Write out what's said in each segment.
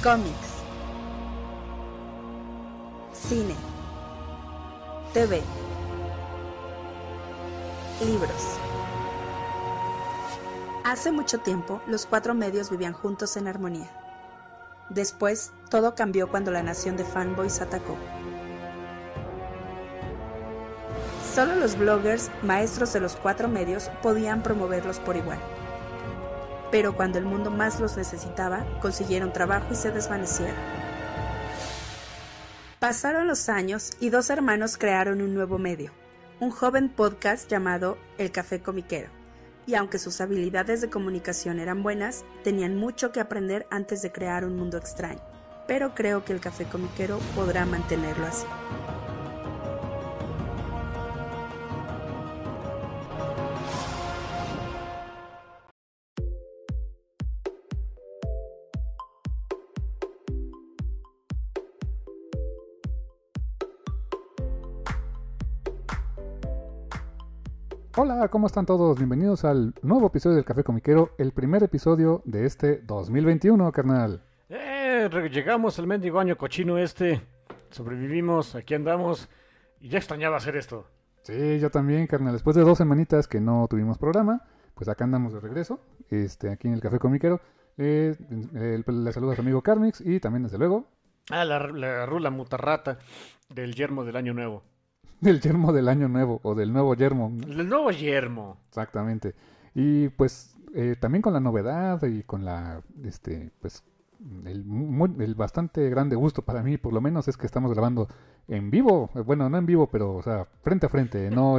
Cómics, cine, TV, libros. Hace mucho tiempo, los cuatro medios vivían juntos en armonía. Después, todo cambió cuando la nación de fanboys atacó. Solo los bloggers, maestros de los cuatro medios, podían promoverlos por igual. Pero cuando el mundo más los necesitaba, consiguieron trabajo y se desvanecieron. Pasaron los años y dos hermanos crearon un nuevo medio, un joven podcast llamado El Café Comiquero. Y aunque sus habilidades de comunicación eran buenas, tenían mucho que aprender antes de crear un mundo extraño. Pero creo que El Café Comiquero podrá mantenerlo así. Hola, ¿cómo están todos? Bienvenidos al nuevo episodio del Café Comiquero, el primer episodio de este 2021, carnal. Llegamos al mendigo año cochino sobrevivimos, aquí andamos, y ya extrañaba hacer esto. Sí, yo también, carnal. Después de 2 semanitas que no tuvimos programa, pues acá andamos de regreso, aquí en el Café Comiquero. Le saludo a su amigo Carmix y también, desde luego... La rula mutarrata del yermo del año nuevo. Del yermo del año nuevo, o del nuevo yermo. Del nuevo yermo. Exactamente. Y pues también con la novedad y con la, pues el bastante grande gusto para mí, por lo menos, es que estamos grabando en vivo. Bueno, no en vivo, pero, o sea, frente a frente, no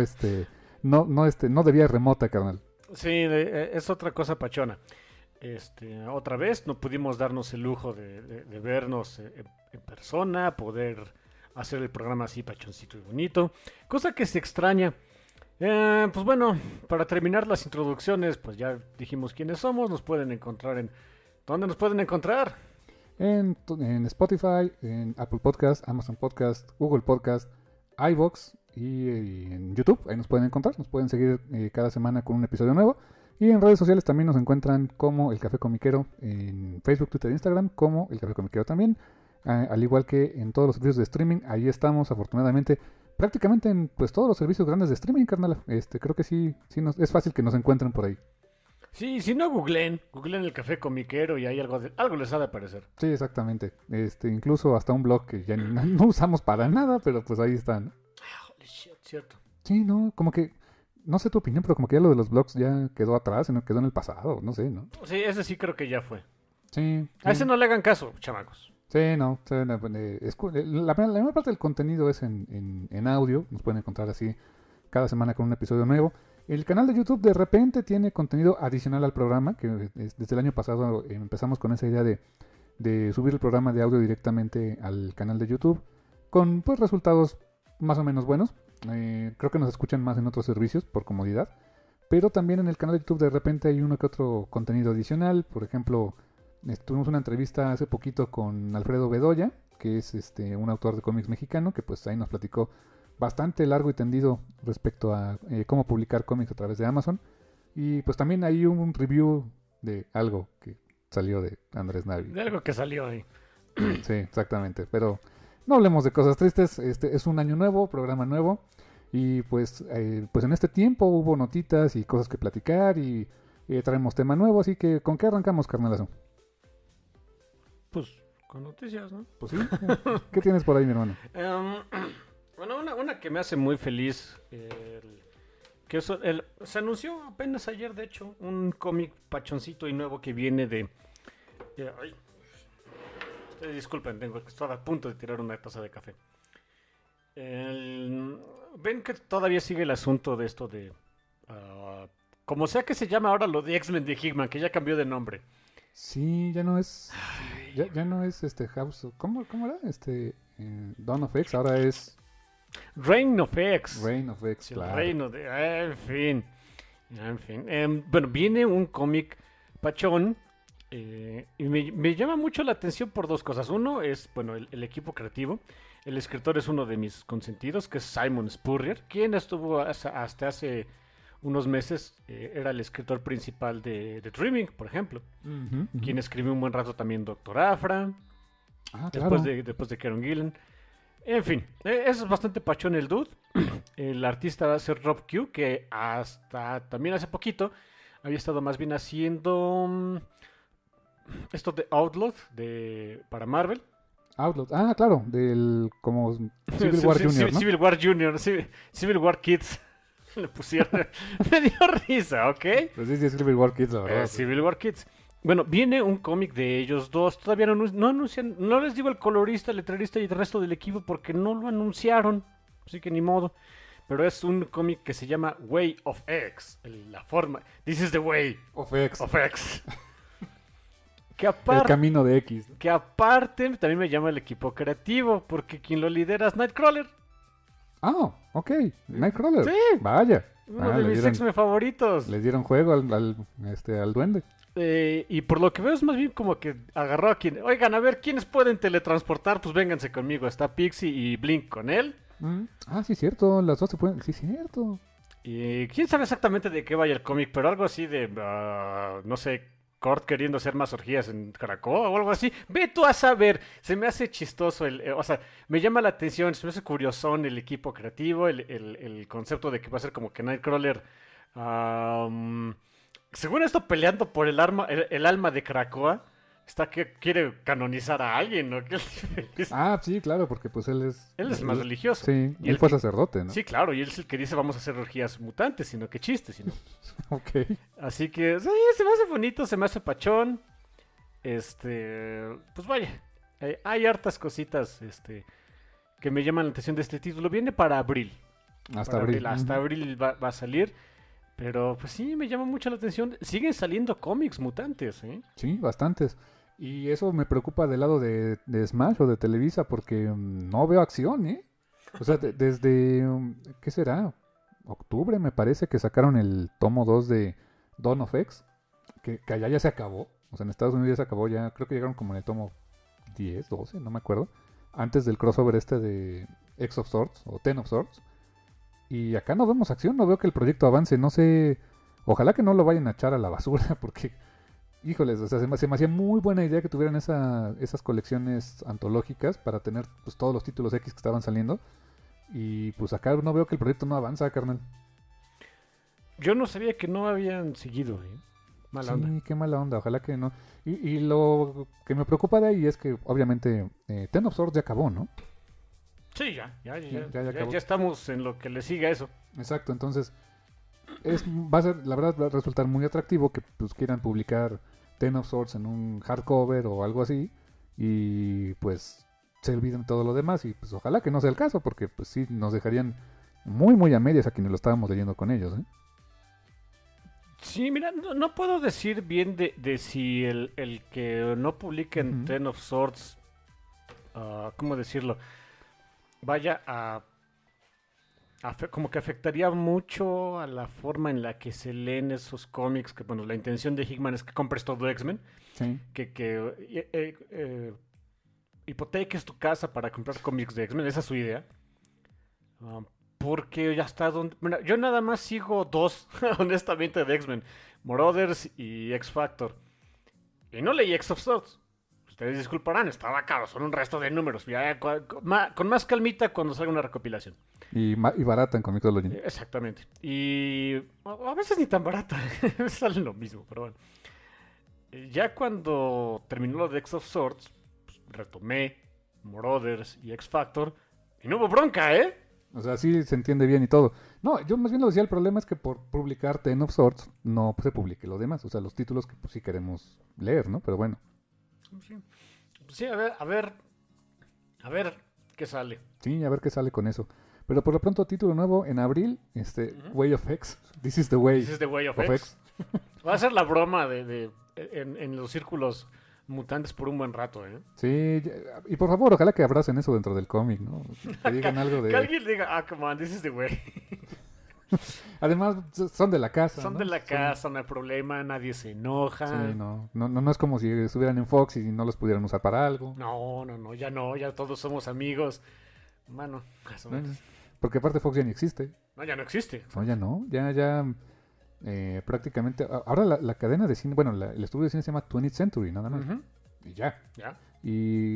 de vía remota, carnal. Sí, es otra cosa pachona. Otra vez no pudimos darnos el lujo de vernos en persona, poder hacer el programa así pachoncito y bonito, cosa que se extraña. Pues bueno, para terminar las introducciones, pues ya dijimos quiénes somos. Nos pueden encontrar en... ¿Dónde nos pueden encontrar? En Spotify, en Apple Podcast, Amazon Podcast, Google Podcast, iVoox y en YouTube. Ahí nos pueden encontrar, nos pueden seguir cada semana con un episodio nuevo. Y en redes sociales también nos encuentran como El Café Comiquero, en Facebook, Twitter e Instagram, como El Café Comiquero también. Al igual que en todos los servicios de streaming, ahí estamos, afortunadamente, prácticamente en pues todos los servicios grandes de streaming, carnal. Creo que sí es fácil que nos encuentren por ahí. Sí, si no googleen El Café Comiquero y ahí algo les ha de aparecer. Sí, exactamente. Incluso hasta un blog que ya no usamos para nada, pero pues ahí están. Holy shit, cierto. Sí, no, como que, no sé tu opinión, pero como que ya lo de los blogs ya quedó atrás, quedó en el pasado, no sé, ¿no? Sí, ese sí creo que ya fue. Sí. A ese no le hagan caso, chamacos. Sí, no, la mayor parte del contenido es en audio, nos pueden encontrar así cada semana con un episodio nuevo. El canal de YouTube de repente tiene contenido adicional al programa, que desde el año pasado empezamos con esa idea de subir el programa de audio directamente al canal de YouTube, con pues resultados más o menos buenos. Creo que nos escuchan más en otros servicios por comodidad, pero también en el canal de YouTube de repente hay uno que otro contenido adicional. Por ejemplo, tuvimos una entrevista hace poquito con Alfredo Bedoya, que es un autor de cómics mexicano, que pues ahí nos platicó bastante largo y tendido respecto a cómo publicar cómics a través de Amazon. Y pues también hay un review de algo que salió de Andrés Navi. De algo que salió ahí. Sí, exactamente. Pero no hablemos de cosas tristes. Es un año nuevo, programa nuevo. Y pues en este tiempo hubo notitas y cosas que platicar y traemos tema nuevo. Así que, ¿con qué arrancamos, carnalazo? Pues con noticias, ¿no? Pues sí. ¿Qué tienes por ahí, mi hermano? Bueno, una que me hace muy feliz, se anunció apenas ayer, de hecho, un cómic pachoncito y nuevo que viene de... Ustedes disculpen, estaba a punto de tirar una taza de café. Ven que todavía sigue el asunto de esto de... como sea que se llama ahora lo de X-Men de Hickman, que ya cambió de nombre. Sí, ya no es... Ya no es House... ¿Cómo era? Dawn of X, ahora es... Reign of X. Reign of X, claro. Reino de... En fin. Bueno, viene un cómic pachón y me llama mucho la atención por dos cosas. Uno es, bueno, el equipo creativo. El escritor es uno de mis consentidos, que es Simon Spurrier, quien estuvo hasta hace unos meses, era el escritor principal de Dreaming, por ejemplo. Quien escribió un buen rato también Doctor Afra. Ah, claro. después de Kieron Gillen. En fin, es bastante pachón el dude. El artista va a ser Rob Q, que hasta también hace poquito había estado más bien haciendo esto de Outlaw para Marvel. Outlaw. Ah, claro, del como Civil War Junior, ¿no? Civil War Junior, Civil War Kids. Le pusieron. Me dio risa, ¿ok? Pues sí, Civil War Kids, la verdad. Civil War Kids. Bueno, viene un cómic de ellos dos. Todavía no anuncian. No les digo el colorista, el letrerista y el resto del equipo porque no lo anunciaron. Así que ni modo. Pero es un cómic que se llama Way of X. La forma. This is the way Of X. of X. Que El aparte. camino de X. Que aparte también me llama el equipo creativo. Porque quien lo lidera es Nightcrawler. Ah, ok. Nightcrawler. Sí. Vaya. Uno de mis X-Men favoritos. Les dieron juego al duende. Y por lo que veo es más bien como que agarró a quien... Oigan, a ver, ¿quiénes pueden teletransportar? Pues vénganse conmigo. Está Pixie y Blink con él. Ah, sí, cierto. Las dos se pueden... Sí, cierto. Y quién sabe exactamente de qué vaya el cómic, pero algo así de... no sé, Kurt queriendo hacer más orgías en Krakoa o algo así. Ve tú a saber. Se me hace chistoso. O sea, me llama la atención. Se me hace curiosón el equipo creativo. El concepto de que va a ser como que Nightcrawler... según esto, peleando por el alma de Krakoa, está que quiere canonizar a alguien, ¿no? Ah, sí, claro, porque pues él es... Él es el más religioso. Sí, Y él fue sacerdote, ¿no? Sí, claro, y él es el que dice vamos a hacer orgías mutantes, sino que chistes, sino. Ok. Así que, sí, se me hace bonito, se me hace pachón. Pues vaya, hay hartas cositas, que me llaman la atención de este título. Viene para abril. Hasta abril. Hasta abril va a salir. Pero pues sí, me llama mucho la atención. Siguen saliendo cómics mutantes, ¿eh? Sí, bastantes. Y eso me preocupa del lado de Smash o de Televisa porque no veo acción, ¿eh? O sea, desde, ¿qué será? Octubre me parece que sacaron el tomo 2 de Dawn of X, que allá ya se acabó. O sea, en Estados Unidos ya se acabó, ya creo que llegaron como en el tomo 10, 12, no me acuerdo. Antes del crossover de X of Swords o Ten of Swords. Y acá no vemos acción, no veo que el proyecto avance, no sé, ojalá que no lo vayan a echar a la basura, porque, híjoles, o sea, se me hacía muy buena idea que tuvieran esas colecciones antológicas para tener pues todos los títulos X que estaban saliendo, y pues acá no veo que el proyecto no avanza, carnal. Yo no sabía que no habían seguido, ¿eh? Mala onda. Sí, qué mala onda, ojalá que no. Y lo que me preocupa de ahí es que, obviamente, Ten of Swords ya acabó, ¿no? Sí, ya acabó. ya estamos en lo que le sigue a eso. Exacto, entonces va a ser, la verdad va a resultar muy atractivo que pues quieran publicar Ten of Swords en un hardcover o algo así y pues se olviden todo lo demás y pues ojalá que no sea el caso porque pues sí nos dejarían muy muy a medias a quienes lo estábamos leyendo con ellos, ¿eh? Sí, mira, no puedo decir bien de si el que no publiquen Ten of Swords, ¿cómo decirlo? Vaya como que afectaría mucho a la forma en la que se leen esos cómics, que bueno, la intención de Hickman es que compres todo X-Men, Sí. que hipoteques tu casa para comprar cómics de X-Men, esa es su idea. Porque ya está donde... Bueno, yo nada más sigo dos, honestamente, de X-Men, Marauders y X-Factor. Y no leí X of Swords. Ustedes disculparán, estaba caro, son un resto de números. Ya, con más calmita cuando salga una recopilación. Y barata en Comixology. Exactamente. Y a veces ni tan barata. Sale lo mismo, pero bueno. Ya cuando terminó lo de X of Swords, pues, retomé Marauders y X-Factor. Y no hubo bronca, ¿eh? O sea, sí se entiende bien y todo. No, yo más bien lo decía, el problema es que por publicar Ten of Swords no se publique lo demás. O sea, los títulos que pues sí queremos leer, ¿no? Pero bueno. Sí, a ver qué sale. Sí, a ver qué sale con eso. Pero por lo pronto, título nuevo en abril, Way of X. This is the way, This is the way of X. Va a ser la broma en los círculos mutantes por un buen rato, ¿eh? Sí, y por favor, ojalá que abracen eso dentro del cómic, ¿no? Que digan algo de... Que alguien diga, come on, this is the way. Además, son de la casa, Son ¿no? de la casa, no hay problema, nadie se enoja. Sí, no es como si estuvieran en Fox y no los pudieran usar para algo. No, ya todos somos amigos. Mano, más o menos. Porque aparte Fox ya ni existe. No, ya no existe. No, ya no, ya prácticamente... Ahora la cadena de cine, bueno, el estudio de cine se llama 20th Century, nada más. Uh-huh. Y ya. Ya. Y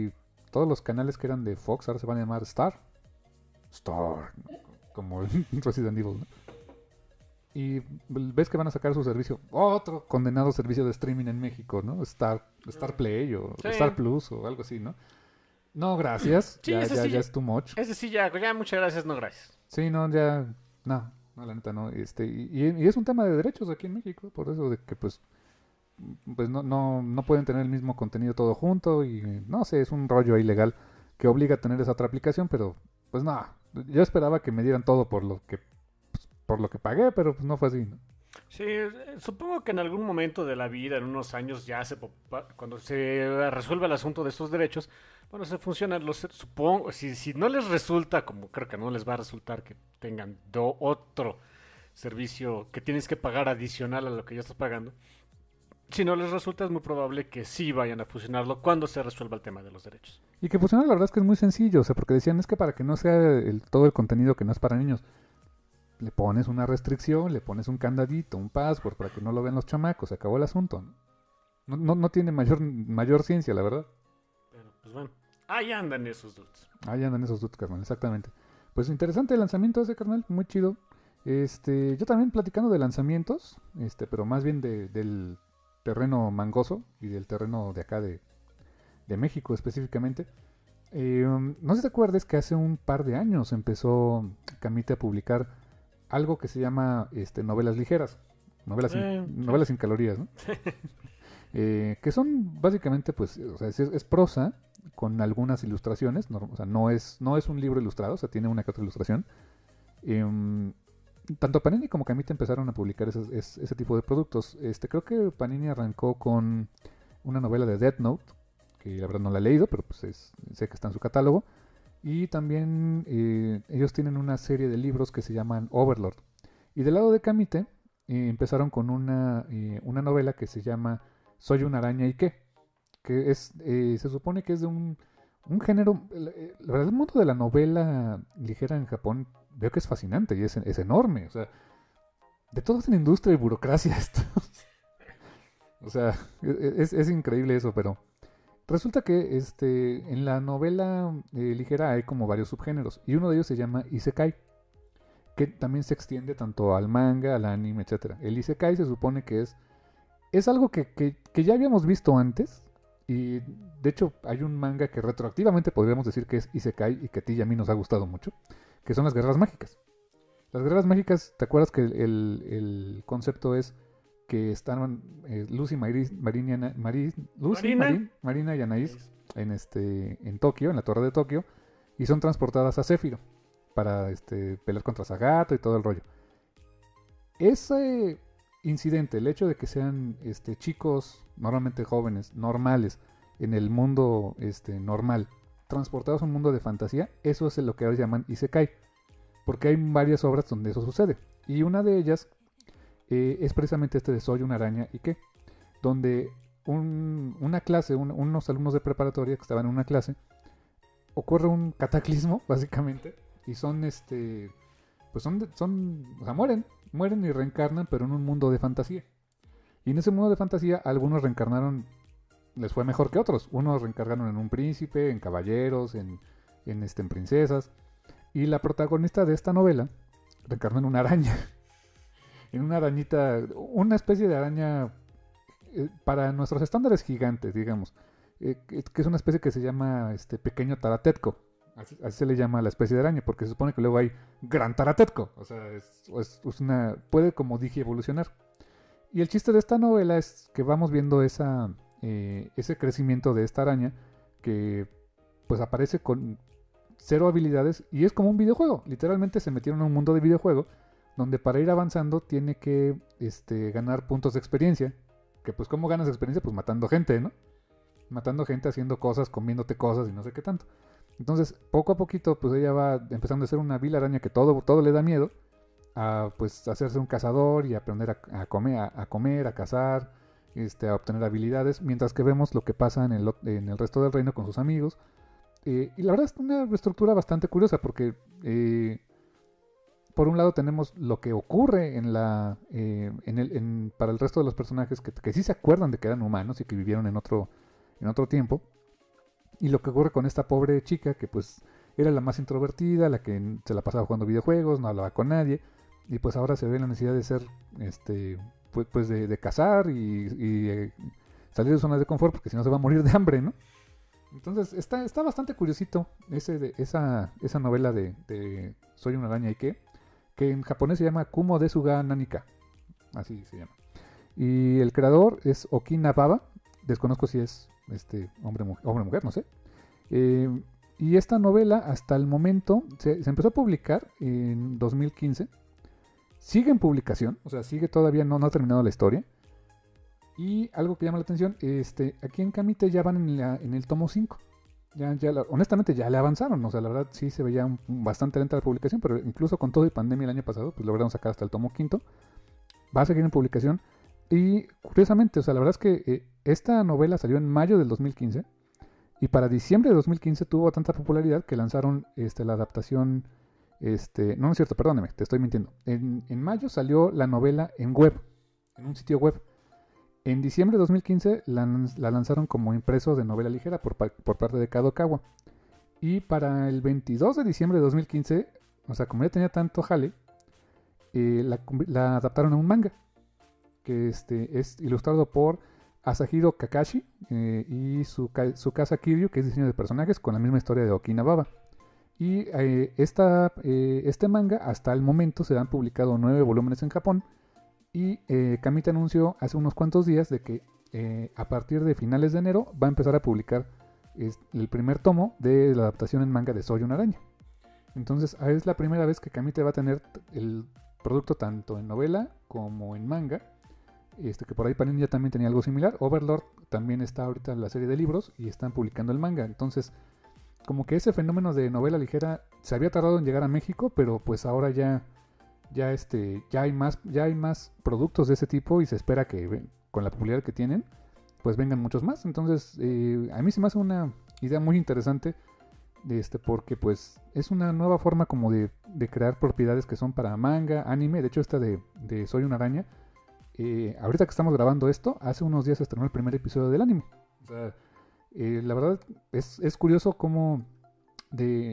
todos los canales que eran de Fox ahora se van a llamar Star, ¿no? Como Resident Evil, ¿no? Y ves que van a sacar su servicio, otro condenado servicio de streaming en México, ¿no? Star Play o Sí. Star Plus o algo así, ¿no? No, gracias. Sí, ya, ese ya, sí, ya es too much. Ese sí, ya, muchas gracias, no gracias. Sí, no, ya. No, la neta no. Y es un tema de derechos aquí en México, por eso de que pues no pueden tener el mismo contenido todo junto y no sé, es un rollo ahí legal que obliga a tener esa otra aplicación, pero pues no. Yo esperaba que me dieran todo por lo que pagué, pero pues no fue así, ¿no? Sí, supongo que en algún momento de la vida, en unos años, cuando se resuelva el asunto de estos derechos, bueno, se funcionan supongo, si no les resulta, como creo que no les va a resultar que tengan otro servicio que tienes que pagar adicional a lo que ya estás pagando, si no les resulta es muy probable que sí vayan a fusionarlo cuando se resuelva el tema de los derechos. Y que funciona, la verdad es que es muy sencillo, o sea, porque decían es que para que no sea todo el contenido que no es para niños, le pones una restricción, le pones un candadito, un password para que no lo vean los chamacos, se acabó el asunto. No tiene mayor ciencia, la verdad. Pero pues bueno, ahí andan esos dudes. Ahí andan esos dudes, carnal, exactamente. Pues interesante el lanzamiento ese, carnal, muy chido. Yo también platicando de lanzamientos, pero más bien del terreno mangoso y del terreno de acá de México específicamente. No sé si te acuerdas que hace un par de años empezó Camite a publicar algo que se llama novelas ligeras, novelas sin calorías, ¿no? Que son básicamente, pues, o sea, es prosa con algunas ilustraciones, o sea, no es un libro ilustrado, o sea, tiene una que otra ilustración. Tanto Panini como Camite empezaron a publicar ese tipo de productos. Creo que Panini arrancó con una novela de Death Note, que la verdad no la he leído, pero pues sé que está en su catálogo. Y también ellos tienen una serie de libros que se llaman Overlord. Y del lado de Camite empezaron con una novela que se llama Soy una araña y qué. Que se supone que es de un género. La verdad, el mundo de la novela ligera en Japón veo que es fascinante y es enorme. O sea, de todo es en industria y burocracia esto. O sea, es increíble eso, pero resulta que en la novela ligera hay como varios subgéneros y uno de ellos se llama Isekai, que también se extiende tanto al manga, al anime, etc. El Isekai se supone que es algo que ya habíamos visto antes y de hecho hay un manga que retroactivamente podríamos decir que es Isekai y que a ti y a mí nos ha gustado mucho, que son las guerras mágicas. Las guerras mágicas, ¿te acuerdas que el concepto es que estaban Marina y Anaís en Tokio, en la torre de Tokio, y son transportadas a Céfiro para pelear contra Sagat y todo el rollo. Ese incidente, el hecho de que sean chicos normalmente jóvenes, normales, en el mundo normal, transportados a un mundo de fantasía, eso es lo que ahora llaman Isekai, porque hay varias obras donde eso sucede, y una de ellas es precisamente de Soy una araña y qué, donde una clase, unos alumnos de preparatoria que estaban en una clase, ocurre un cataclismo básicamente y son pues o sea, mueren y reencarnan, pero en un mundo de fantasía. Y en ese mundo de fantasía algunos reencarnaron, les fue mejor que otros. Unos reencarnaron en un príncipe, en caballeros, en princesas, y la protagonista de esta novela reencarnó en una araña. En una arañita, una especie de araña para nuestros estándares gigantes, digamos, que es una especie que se llama pequeño taratetco. Así se le llama a la especie de araña, porque se supone que luego hay gran taratetco. O sea, puede como dije evolucionar. Y el chiste de esta novela es que vamos viendo ese crecimiento de esta araña que pues aparece con 0 habilidades y es como un videojuego. Literalmente se metieron a un mundo de videojuego donde para ir avanzando tiene que ganar puntos de experiencia. Que pues ¿cómo ganas experiencia? Pues matando gente, ¿no? Matando gente, haciendo cosas, comiéndote cosas y no sé qué tanto. Entonces, poco a poquito, pues ella va empezando a ser una vil araña que todo le da miedo. A pues hacerse un cazador y aprender a comer, a cazar, a obtener habilidades. Mientras que vemos lo que pasa en el resto del reino con sus amigos. Y la verdad es una estructura bastante curiosa porque por un lado tenemos lo que ocurre para el resto de los personajes que sí se acuerdan de que eran humanos y que vivieron en otro tiempo. y lo que ocurre con esta pobre chica que pues era la más introvertida, la que se la pasaba jugando videojuegos, no hablaba con nadie, y pues ahora se ve la necesidad de ser, pues de cazar y salir de su zona de confort, porque si no se va a morir de hambre, ¿no? Entonces está bastante curiosito esa novela de Soy una araña y que en japonés se llama Kumo Desuga Nanika, así se llama. Y el creador es Okina Baba, desconozco si es hombre o mujer, no sé. Y esta novela hasta el momento se empezó a publicar en 2015. Sigue en publicación, o sea, sigue todavía, no ha terminado la historia. Y algo que llama la atención, aquí en Kamite ya van en el tomo 5. Honestamente ya le avanzaron, o sea, la verdad sí se veía bastante lenta la publicación, pero incluso con todo y pandemia el año pasado, pues lograron sacar hasta el tomo 5. Va a seguir en publicación. Y curiosamente, o sea, la verdad es que esta novela salió en mayo del 2015. Y para diciembre de 2015 tuvo tanta popularidad que lanzaron la adaptación. No es cierto, perdóneme, te estoy mintiendo. En mayo salió la novela en web, en un sitio web. En diciembre de 2015 la lanzaron como impreso de novela ligera por parte de Kadokawa. Y para el 22 de diciembre de 2015, o sea, como ya tenía tanto jale, la adaptaron a un manga. Que es ilustrado por Asahiro Kakashi y Tsukasa Kiryu, que es diseño de personajes, con la misma historia de Okina Baba. Y este manga, hasta el momento, se han publicado 9 volúmenes en Japón. Y Kamite anunció hace unos cuantos días de que a partir de finales de enero va a empezar a publicar el primer tomo de la adaptación en manga de Soy una araña. Entonces es la primera vez que Kamite va a tener el producto tanto en novela como en manga. Que por ahí Panini ya también tenía algo similar. Overlord también está ahorita en la serie de libros y están publicando el manga. Entonces, como que ese fenómeno de novela ligera se había tardado en llegar a México, pero pues ahora ya hay más productos de ese tipo y se espera que con la popularidad que tienen, pues vengan muchos más. Entonces, a mí se me hace una idea muy interesante porque pues es una nueva forma como de crear propiedades que son para manga, anime. De hecho, esta de Soy una araña, ahorita que estamos grabando esto, hace unos días se estrenó el primer episodio del anime. O sea, la verdad es curioso cómo de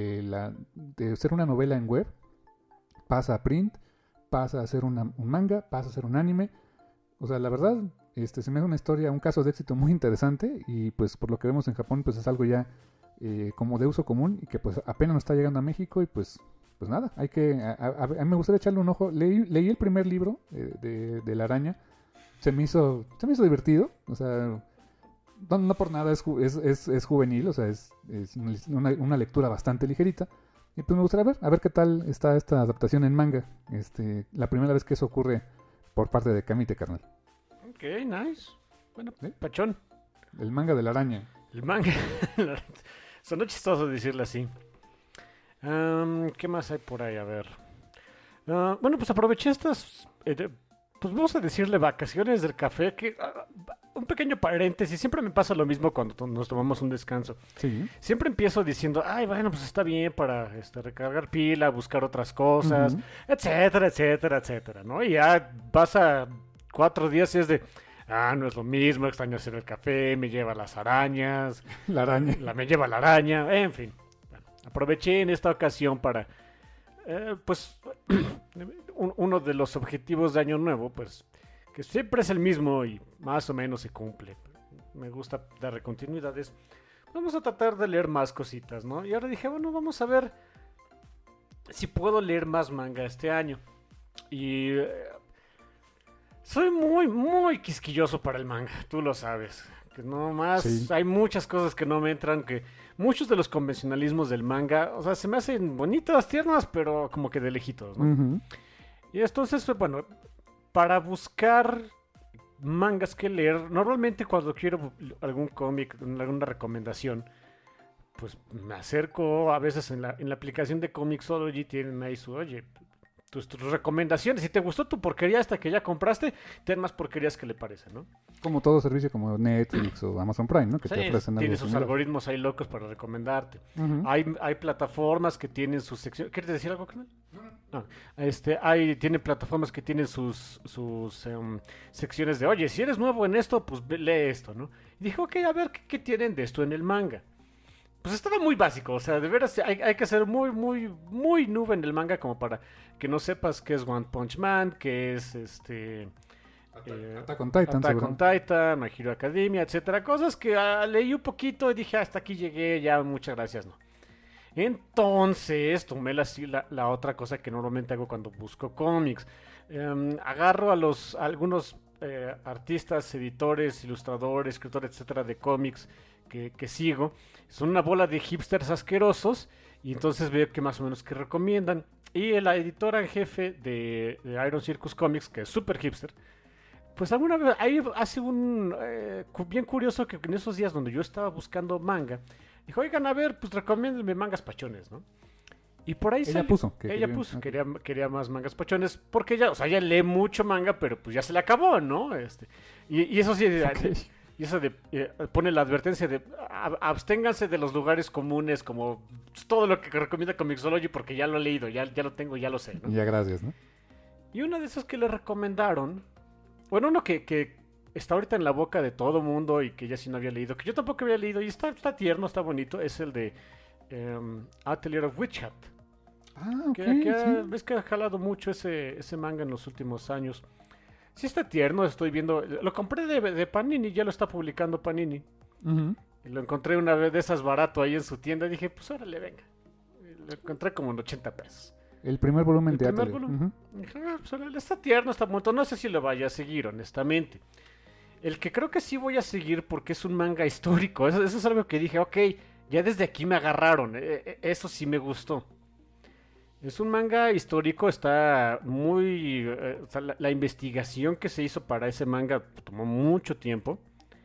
ser una novela en web pasa a print, pasa a ser un manga, pasa a ser un anime. O sea, la verdad, se me hace una historia, un caso de éxito muy interesante y pues por lo que vemos en Japón, pues es algo ya como de uso común y que pues apenas nos está llegando a México y pues nada, hay que a mí me gustaría echarle un ojo. Leí el primer libro de La Araña, se me hizo divertido, o sea, no por nada es juvenil, o sea, es una lectura bastante ligerita. Y pues me gustaría ver qué tal está esta adaptación en manga. La primera vez que eso ocurre por parte de Kamite, carnal. Ok, nice. Bueno, pachón. El manga de la araña. El manga. Sonó chistoso decirlo así. ¿Qué más hay por ahí? A ver. Bueno, pues aproveché estas, pues vamos a decirle vacaciones del café, que un pequeño paréntesis, siempre me pasa lo mismo cuando nos tomamos un descanso. Sí. Siempre empiezo diciendo, ay, bueno, pues está bien para recargar pila, buscar otras cosas, etcétera, etcétera, etcétera, ¿no? Y ya pasa 4 días y es de, no es lo mismo, extraño hacer el café, me lleva las arañas. La araña. Me lleva la araña, en fin. Bueno, aproveché en esta ocasión para, pues, uno de los objetivos de Año Nuevo, pues, que siempre es el mismo y más o menos se cumple. Me gusta darle continuidades. Vamos a tratar de leer más cositas, ¿no? Y ahora dije, bueno, vamos a ver si puedo leer más manga este año. Y soy muy, muy quisquilloso para el manga, tú lo sabes. Que no más, sí. Hay muchas cosas que no me entran, que muchos de los convencionalismos del manga, o sea, se me hacen bonitas, tiernas, pero como que de lejitos, ¿no? Y entonces, bueno, para buscar mangas que leer, normalmente cuando quiero algún cómic, alguna recomendación, pues me acerco a veces en la aplicación de Comixology, tienen ahí su, oye, tus recomendaciones. Si te gustó tu porquería hasta que ya compraste, ten más porquerías que le parecen, ¿no? Como todo servicio como Netflix o Amazon Prime, ¿no? Que Sí, te ofrecen algo tiene sus similar. algoritmos ahí locos para recomendarte. Ujú. Hay plataformas que tienen sus secciones. ¿Quieres decir algo, carnal? No. Tiene plataformas que tienen sus secciones de, oye, si eres nuevo en esto, pues lee esto, ¿no? Y dije, ok, a ver, ¿qué tienen de esto en el manga? Pues estaba muy básico, o sea, de veras hay que ser muy, muy, muy noob en el manga como para que no sepas qué es One Punch Man, qué es Attack on Titan, Attack on seguro. Titan, My Hero Academia, etcétera. Cosas que leí un poquito y dije, hasta aquí llegué, ya, muchas gracias, no. Entonces, tomé la otra cosa que normalmente hago cuando busco cómics. Agarro a algunos artistas, editores, ilustradores, escritores, etcétera, de cómics que sigo. Son una bola de hipsters asquerosos y entonces veo que más o menos que recomiendan. Y la editora en jefe de Iron Circus Comics, que es super hipster, pues alguna vez ahí hace bien curioso que en esos días donde yo estaba buscando manga, dijo, oigan, a ver, pues recomiéndenme mangas pachones, ¿no? Y por ahí Ella puso. Que ella quería- puso, ok. quería más mangas pachones, porque ella, o sea, ella lee mucho manga, pero pues ya se le acabó, ¿no? Y eso sí, Ok. y eso pone la advertencia de absténganse de los lugares comunes, como todo lo que recomienda Comixology, porque ya lo he leído, ya lo tengo, ya lo sé, ¿no? Ya, gracias, ¿no? Y una de esas que le recomendaron, bueno, uno que está ahorita en la boca de todo mundo y que ya sí no había leído, que yo tampoco había leído, y está tierno, está bonito, es el de Atelier of Witch Hat. Ah, ok, Ves sí. que ha jalado mucho ese manga en los últimos años. Sí está tierno, estoy viendo, lo compré de Panini, ya lo está publicando Panini. Ujú. Y lo encontré una vez de esas barato ahí en su tienda, y dije, pues órale, venga. Y lo encontré como en 80 pesos. El primer volumen El de primer Atelier. volumen. Ujú. Dije, pues, órale, está tierno, está bonito. No sé si lo vaya a seguir, honestamente. El que creo que sí voy a seguir porque es un manga histórico. Eso es algo que dije, ok, ya desde aquí me agarraron. Eso sí me gustó. Es un manga histórico, está muy... o sea, la investigación que se hizo para ese manga tomó mucho tiempo.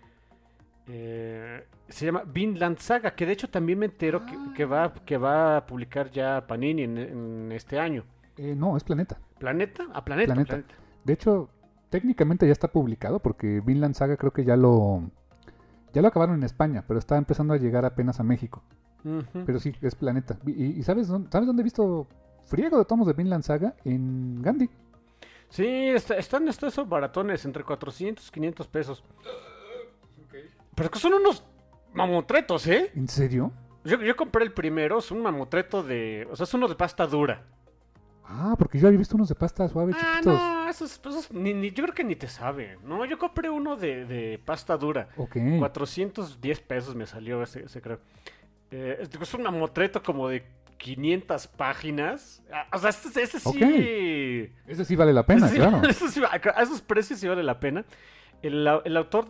Se llama Vinland Saga, que de hecho también me entero que va a publicar ya Panini en este año. No, es Planeta. ¿Planeta? A Planeta, Planeta. Planeta. De hecho, técnicamente ya está publicado porque Vinland Saga creo que ya lo acabaron en España, pero está empezando a llegar apenas a México. Ujú. Pero sí, es Planeta. ¿Y sabes dónde he visto friego de tomos de Vinland Saga? En Gandhi. Sí, están esos baratones, entre 400 y 500 pesos. Pero es que son unos mamotretos, ¿eh? ¿En serio? Yo compré el primero, es un mamotreto o sea, es uno de pasta dura. Ah, porque yo había visto unos de pasta suave chiquitos. No, esos yo creo que ni te sabe. No, yo compré uno de pasta dura. Ok. 410 pesos me salió ese creo. Es un mamotreto como de 500 páginas. O sea, este sí... Ok. Ese sí vale la pena, Sí, claro. eso sí, a esos precios sí vale la pena. El autor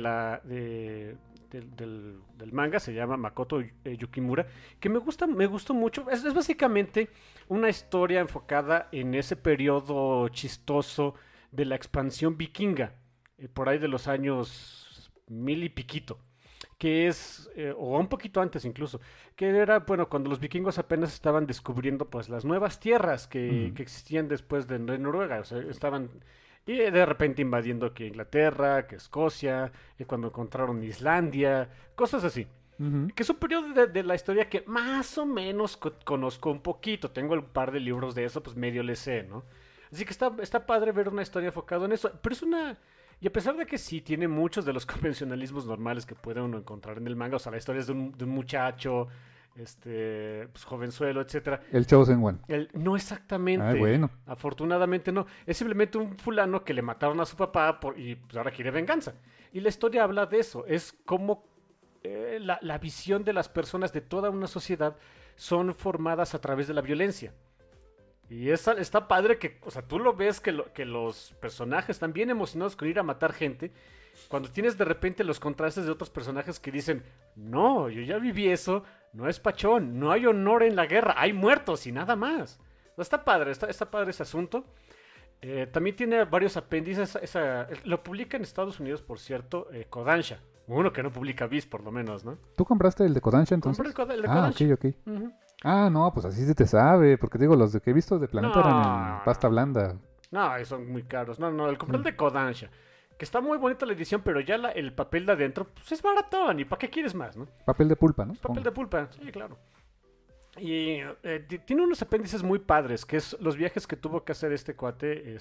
del manga se llama Makoto Yukimura, que me gustó mucho. Es básicamente una historia enfocada en ese periodo chistoso de la expansión vikinga, por ahí de los años 1000 y piquito. Que o un poquito antes incluso, que era, bueno, cuando los vikingos apenas estaban descubriendo pues las nuevas tierras que existían después de Noruega, o sea, estaban y de repente invadiendo que Inglaterra, que Escocia, y cuando encontraron Islandia, cosas así. Ujú. Que es un periodo de la historia que más o menos conozco un poquito. Tengo un par de libros de eso, pues medio le sé, ¿no? Así que está padre ver una historia enfocada en eso. Pero es una... Y a pesar de que sí tiene muchos de los convencionalismos normales que puede uno encontrar en el manga, o sea, la historia es de un muchacho, pues, jovenzuelo, etcétera. El Chosen One. No exactamente. Ah, bueno. Afortunadamente no. Es simplemente un fulano que le mataron a su papá y pues ahora quiere venganza. Y la historia habla de eso. Es como la visión de las personas de toda una sociedad son formadas a través de la violencia. Y está padre que, o sea, tú lo ves que los personajes están bien emocionados con ir a matar gente. Cuando tienes de repente los contrastes de otros personajes que dicen, no, yo ya viví eso, no es pachón, no hay honor en la guerra, hay muertos y nada más. Está padre, está padre ese asunto. También tiene varios apéndices. Lo publica en Estados Unidos, por cierto, Kodansha. Uno que no publica Viz, por lo menos, ¿no? ¿Tú compraste el de Kodansha entonces? Compré el de Ah, Kodansha. ok. Ujú. Ah, no, pues así se te sabe, porque digo, los de que he visto de Planeta eran en No, pasta blanda. no, son muy caros. No, el compré el Mm. de Kodansha, que está muy bonita la edición, pero ya el papel de adentro, pues es baratón, ¿y para qué quieres más, no? Papel de pulpa, ¿no? Es papel Supongo. de pulpa, sí, claro. Y tiene unos apéndices muy padres, que es los viajes que tuvo que hacer este cuate,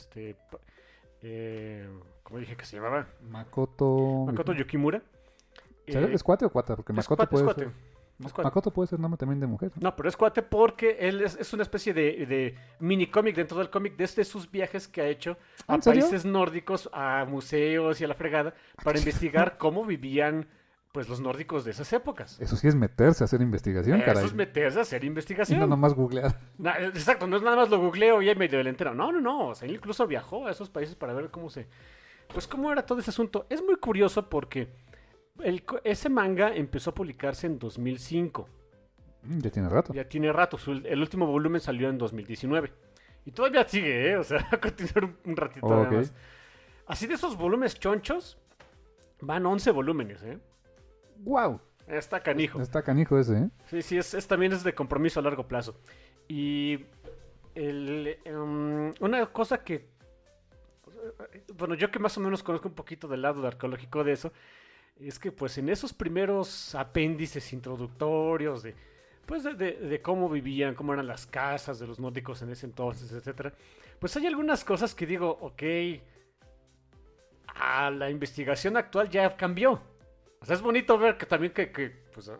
¿cómo dije que se llamaba? Makoto. Makoto Yukimura. ¿Es cuate o cuata? Porque Es Makoto cuate, es puede cuate. ser. Es cuate. Makoto puede ser nombre también de mujer, ¿no? No, pero es cuate porque él es una especie de mini cómic dentro del cómic desde sus viajes que ha hecho ¿Ah, a en serio? países nórdicos, a museos y a la fregada para investigar cómo vivían pues los nórdicos de esas épocas. Eso sí es meterse a hacer investigación, Eso caray. es meterse a hacer Y no investigación. nomás googlear. Exacto, no es nada más lo googleo y ahí medio le entero. No. O sea, él incluso viajó a esos países para ver pues cómo era todo ese asunto. Es muy curioso porque ese manga empezó a publicarse en 2005. Ya tiene rato. Ya tiene rato. El último volumen salió en 2019. Y todavía sigue, ¿eh? O sea, va a continuar un ratito Ok. nada más. Así de esos volúmenes chonchos, van 11 volúmenes, ¿eh? ¡Wow! Está canijo. Está canijo ese, ¿eh? Sí, también es de compromiso a largo plazo. Y una cosa que, bueno, yo que más o menos conozco un poquito del lado arqueológico de eso, es que pues en esos primeros apéndices introductorios de cómo vivían, cómo eran las casas de los nórdicos en ese entonces, etcétera, pues hay algunas cosas que digo, ok, a la investigación actual ya cambió. O sea, es bonito ver que también pues,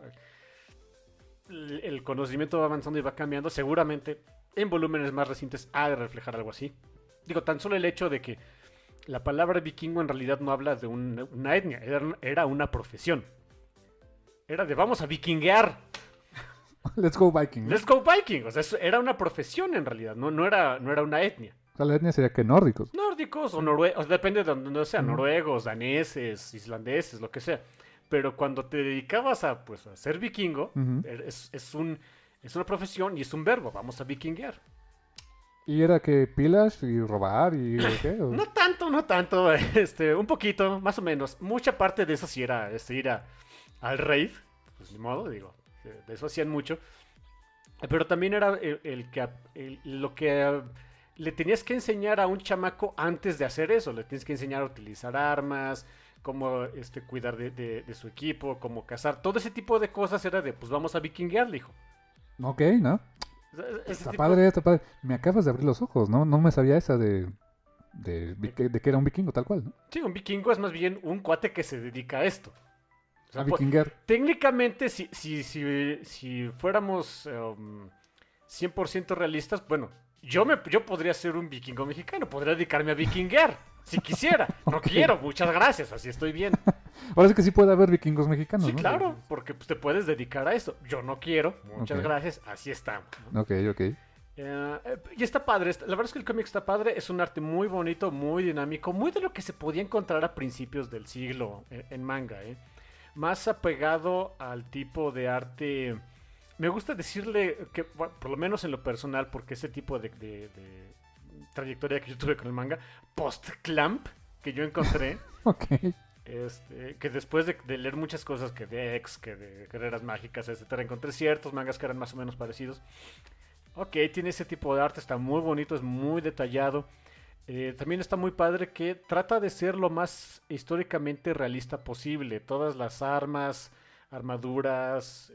el conocimiento va avanzando y va cambiando. Seguramente en volúmenes más recientes ha de reflejar algo así. Digo, tan solo el hecho de que la palabra vikingo en realidad no habla de una etnia, era una profesión. Era de vamos a vikinguear. Let's go Viking, ¿no? Let's go Viking. O sea, era una profesión en realidad, no era una etnia. O sea, la etnia sería que nórdicos. Nórdicos o noruegos, depende de donde sea, Ujú. noruegos, daneses, islandeses, lo que sea. Pero cuando te dedicabas a ser vikingo, Ujú. es una profesión y es un verbo, vamos a vikinguear. ¿Y era que pilas y robar y qué? ¿O? No tanto, un poquito, más o menos. Mucha parte de eso sí era ir al raid, pues ni modo, digo, de eso hacían mucho. Pero también era lo que le tenías que enseñar a un chamaco antes de hacer eso. Le tienes que enseñar a utilizar armas, cómo cuidar de su equipo, cómo cazar. Todo ese tipo de cosas era de, pues vamos a vikinguear, dijo. Ok, ¿no? O sea, ese Está tipo- padre, está padre. Me acabas de abrir los ojos, ¿no? No me sabía esa de que era un vikingo tal cual, ¿no? Sí, un vikingo es más bien un cuate que se dedica a esto. O sea, A vikinguear. técnicamente, si fuéramos 100% realistas, bueno, yo podría ser un vikingo mexicano, podría dedicarme a vikinguear, si quisiera. No Ok. quiero, muchas gracias, así estoy bien. Ahora sí que sí puede haber vikingos mexicanos, Sí, ¿no? claro, porque pues, te puedes dedicar a eso. Yo no quiero, muchas Ok. gracias, así estamos. ¿no? Ok, ok. Y está padre, la verdad es que el cómic está padre, es un arte muy bonito, muy dinámico, muy de lo que se podía encontrar a principios del siglo en manga, ¿eh? Más apegado al tipo de arte. Me gusta decirle que, bueno, por lo menos en lo personal, porque ese tipo de trayectoria que yo tuve con el manga, post-clamp, que yo encontré, Ok. que después de leer muchas cosas, que de X, que de Guerreras Mágicas, etcétera, encontré ciertos mangas que eran más o menos parecidos. Ok, tiene ese tipo de arte, está muy bonito, es muy detallado. También está muy padre que trata de ser lo más históricamente realista posible. Todas las armas, armaduras,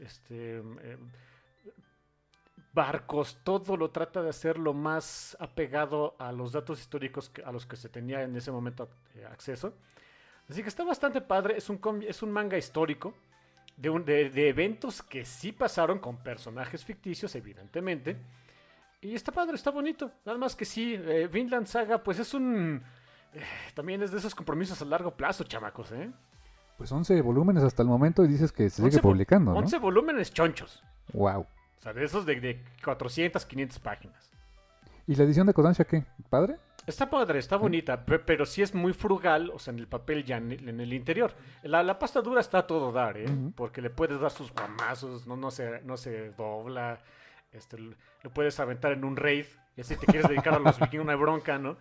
barcos, todo lo trata de hacer lo más apegado a los datos históricos a los que se tenía en ese momento acceso. Así que está bastante padre, es un manga histórico de eventos que sí pasaron con personajes ficticios, evidentemente. Y está padre, está bonito. Nada más que sí, Vinland Saga, pues es también es de esos compromisos a largo plazo, chamacos, ¿eh? Pues 11 volúmenes hasta el momento y dices que se sigue 11 publicando, ¿no? 11 volúmenes chonchos. Wow. O sea, de esos de 400, 500 páginas. ¿Y la edición de Kodansha qué? ¿Padre? Está padre, está bonita, pero sí es muy frugal, o sea, en el papel ya en el interior. La pasta dura está a todo dar, ¿eh? Ujú. Porque le puedes dar sus guamazos, no se dobla. Lo puedes aventar en un raid, y así te quieres dedicar a los vikingos, no hay bronca, ¿no?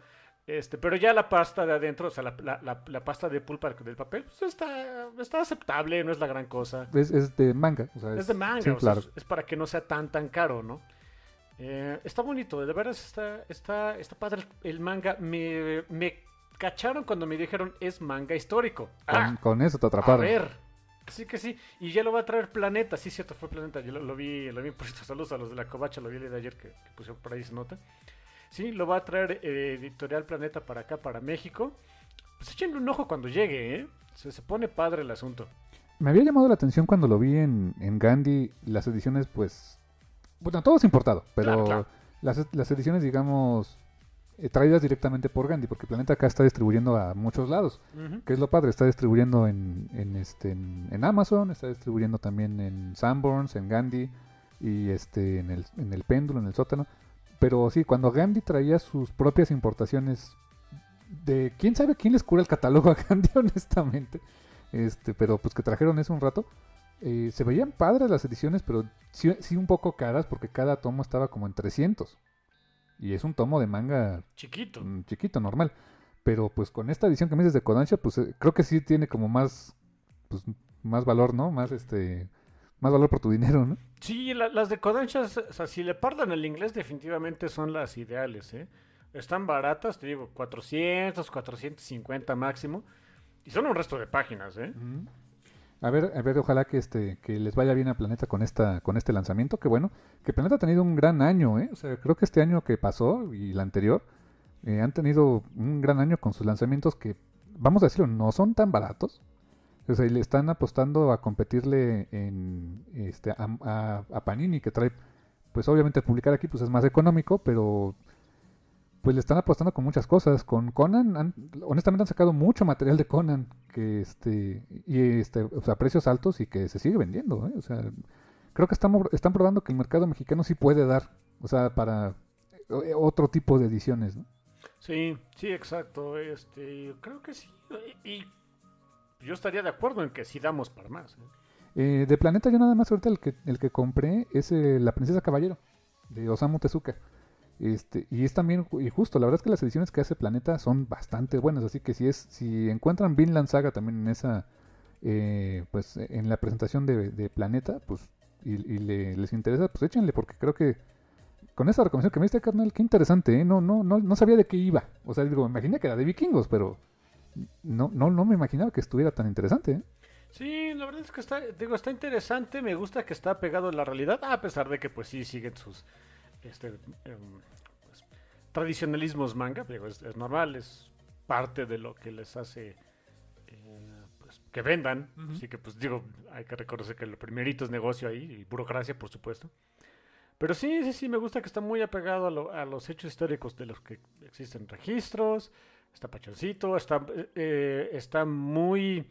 Pero ya la pasta de adentro, o sea, la pasta de pulpa del papel, pues está aceptable, no es la gran cosa. Es de manga. O sea, Es de manga, sí, o sea, claro. es para que no sea tan caro, ¿no? Está bonito, de verdad está padre el manga. Me cacharon cuando me dijeron es manga histórico. Con eso te A atraparon. ver, sí que sí. Y ya lo va a traer Planeta, sí, cierto, fue Planeta. Yo lo vi por estos saludos a los de la Covacha, lo vi el día de ayer que pusieron por ahí su nota. Sí, lo va a traer Editorial Planeta para acá, para México. Pues échenle un ojo cuando llegue, ¿eh? Se pone padre el asunto. Me había llamado la atención cuando lo vi en Gandhi, las ediciones, pues... Bueno, todo es importado, pero Claro. las ediciones, digamos, traídas directamente por Gandhi, porque Planeta acá está distribuyendo a muchos lados, Ujú. que es lo padre, está distribuyendo en Amazon, está distribuyendo también en Sanborns, en Gandhi, y en el Péndulo, en el Sótano. Pero sí, cuando Gandhi traía sus propias importaciones de quién sabe quién les cura el catálogo a Gandhi, honestamente. Pero pues que trajeron eso un rato. Se veían padres las ediciones, pero sí un poco caras porque cada tomo estaba como en 300. Y es un tomo de manga Chiquito. chiquito, normal. Pero pues con esta edición que me dices de Kodansha, pues creo que sí tiene como pues, más valor, ¿no? Más valor por tu dinero, ¿no? Sí, las de Kodansha, o sea, si le parlan el inglés, definitivamente son las ideales, ¿eh? Están baratas, te digo, 400, 450 máximo. Y son un resto de páginas, ¿eh? Ujú. A ver, ojalá que les vaya bien a Planeta con este lanzamiento. Que bueno, que Planeta ha tenido un gran año, ¿eh? O sea, creo que este año que pasó y el anterior han tenido un gran año con sus lanzamientos que, vamos a decirlo, no son tan baratos. O sea, y le están apostando a competirle a Panini, que trae, pues obviamente publicar aquí pues es más económico, pero pues le están apostando con muchas cosas. Con Conan, honestamente han sacado mucho material de Conan que o sea, a precios altos y que se sigue vendiendo, ¿eh? O sea, creo que están probando que el mercado mexicano sí puede dar, o sea, para otro tipo de ediciones, ¿no? Sí, sí, exacto. Creo que sí. Y yo estaría de acuerdo en que sí damos para más, ¿eh? De Planeta yo nada más ahorita el que compré es La Princesa Caballero de Osamu Tezuka. Y es también, y justo, la verdad es que las ediciones que hace Planeta son bastante buenas, así que si encuentran Vinland Saga también en esa, pues en la presentación de Planeta, pues, les interesa, pues échenle, porque creo que con esa recomendación que me diste, carnal, qué interesante, ¿eh? No sabía de qué iba, o sea, digo, me imaginé que era de vikingos, pero no me imaginaba que estuviera tan interesante, ¿eh? Sí, la verdad es que está interesante. Me gusta que está pegado a la realidad, a pesar de que, pues sí, siguen sus este, pues, tradicionalismos manga. Digo, es normal, es parte de lo que les hace pues, que vendan. Así que, pues digo, hay que reconocer que lo primerito es negocio ahí y burocracia, por supuesto. Pero sí, me gusta que está muy apegado a los hechos históricos de los que existen registros. Está pachoncito, está muy...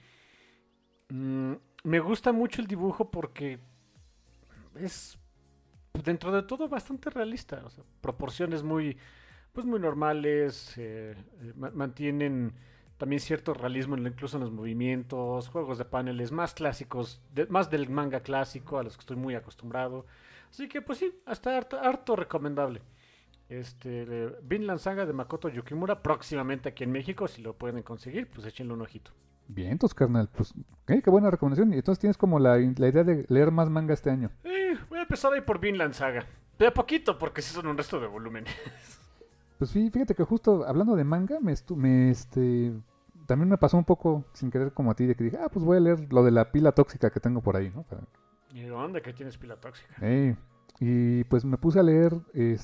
me gusta mucho el dibujo porque es dentro de todo bastante realista. O sea, proporciones pues muy normales, mantienen también cierto realismo incluso en los movimientos, juegos de paneles más clásicos, más del manga clásico a los que estoy muy acostumbrado. Así que pues sí, hasta harto recomendable. Vinland Saga de Makoto Yukimura próximamente aquí en México, si lo pueden conseguir, pues échenle un ojito. Bien, entonces, carnal, pues, qué buena recomendación, y entonces tienes como la idea de leer más manga este año. Voy a empezar ahí por Vinland Saga. De a poquito, porque sí son un resto de volumen. Pues sí, fíjate que justo hablando de manga, también me pasó un poco sin querer como a ti, de que dije, pues voy a leer lo de la pila tóxica que tengo por ahí, ¿no? ¿Y de dónde que tienes pila tóxica? Y pues me puse a leer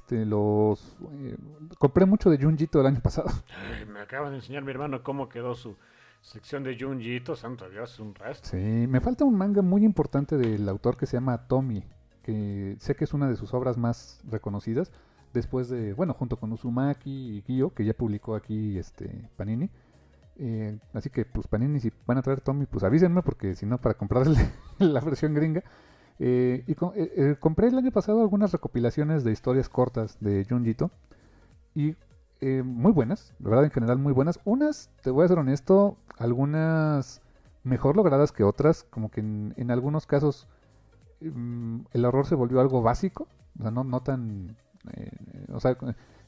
compré mucho de Junjito el año pasado. Ay, me acaba de enseñar mi hermano cómo quedó su sección de Junjito, santo Dios, un resto. Sí, me falta un manga muy importante del autor que se llama Tomy, que sé que es una de sus obras más reconocidas, después de, bueno, junto con Uzumaki y Gyo, que ya publicó aquí Panini. Así que, pues Panini, si van a traer Tommy, pues avísenme, porque si no, para comprarle la versión gringa. Compré el año pasado algunas recopilaciones de historias cortas de Junjito. Y muy buenas, la verdad, en general muy buenas. Unas, te voy a ser honesto, algunas mejor logradas que otras. Como que en algunos casos el horror se volvió algo básico. O sea, no tan... o sea,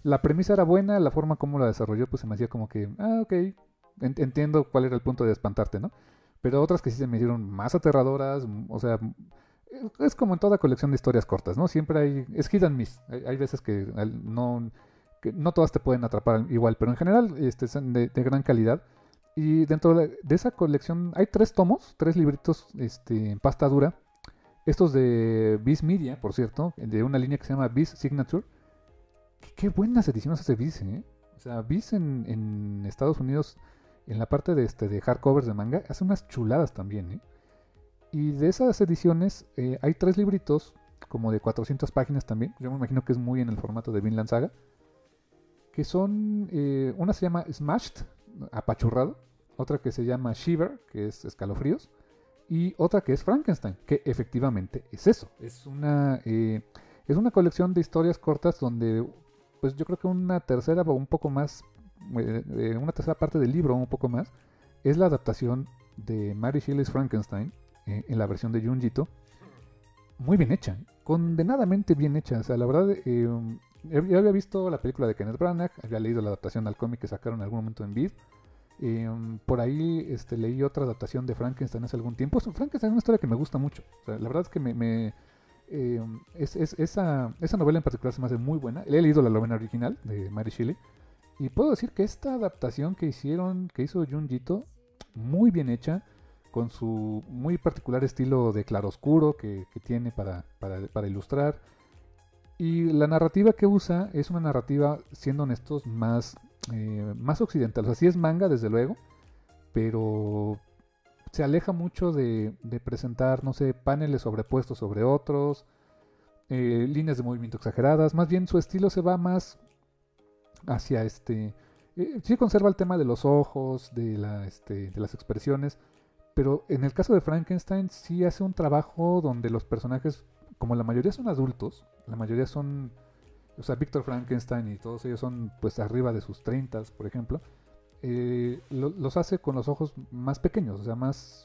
la premisa era buena, la forma como la desarrolló, pues se me hacía como que, ok, entiendo cuál era el punto de espantarte, ¿no? Pero otras que sí se me hicieron más aterradoras, o sea, es como en toda colección de historias cortas, ¿no? Siempre es hit and miss. Hay veces que no todas te pueden atrapar igual, pero en general son de gran calidad. Y dentro de esa colección hay 3 tomos, 3 libritos en pasta dura. Estos de Viz Media, por cierto, de una línea que se llama Viz Signature. Qué buenas ediciones hace Viz, ¿eh? O sea, Viz en Estados Unidos, en la parte de hardcovers de manga, hace unas chuladas también, ¿eh? Y de esas ediciones hay 3 libritos, como de 400 páginas también. Yo me imagino que es muy en el formato de Vinland Saga. Que son, una se llama Smashed, apachurrado. Otra que se llama Shiver, que es escalofríos. Y otra que es Frankenstein, que efectivamente es eso. Es una colección de historias cortas donde, pues yo creo que una tercera o un poco más, una tercera parte del libro, un poco más, es la adaptación de Mary Shelley's Frankenstein en la versión de Junjito. Muy bien hecha, condenadamente bien hecha. O sea, la verdad, yo había visto la película de Kenneth Branagh, había leído la adaptación al cómic que sacaron en algún momento en Vid. Por ahí leí otra adaptación de Frankenstein hace algún tiempo. Frankenstein es una historia que me gusta mucho. O sea, la verdad es que esa novela en particular se me hace muy buena. He leído la novela original de Mary Shelley. Y puedo decir que esta adaptación que hizo Junjito, muy bien hecha, con su muy particular estilo de claroscuro que tiene para ilustrar. Y la narrativa que usa es una narrativa, siendo honestos, más occidental. O sea, sí es manga, desde luego, pero se aleja mucho de presentar, no sé, paneles sobrepuestos sobre otros, líneas de movimiento exageradas. Más bien su estilo se va más hacia sí conserva el tema de los ojos, de las expresiones, pero en el caso de Frankenstein sí hace un trabajo donde los personajes, como la mayoría son adultos, la mayoría son, o sea, Víctor Frankenstein y todos ellos son pues arriba de sus 30, por ejemplo, los hace con los ojos más pequeños, o sea, más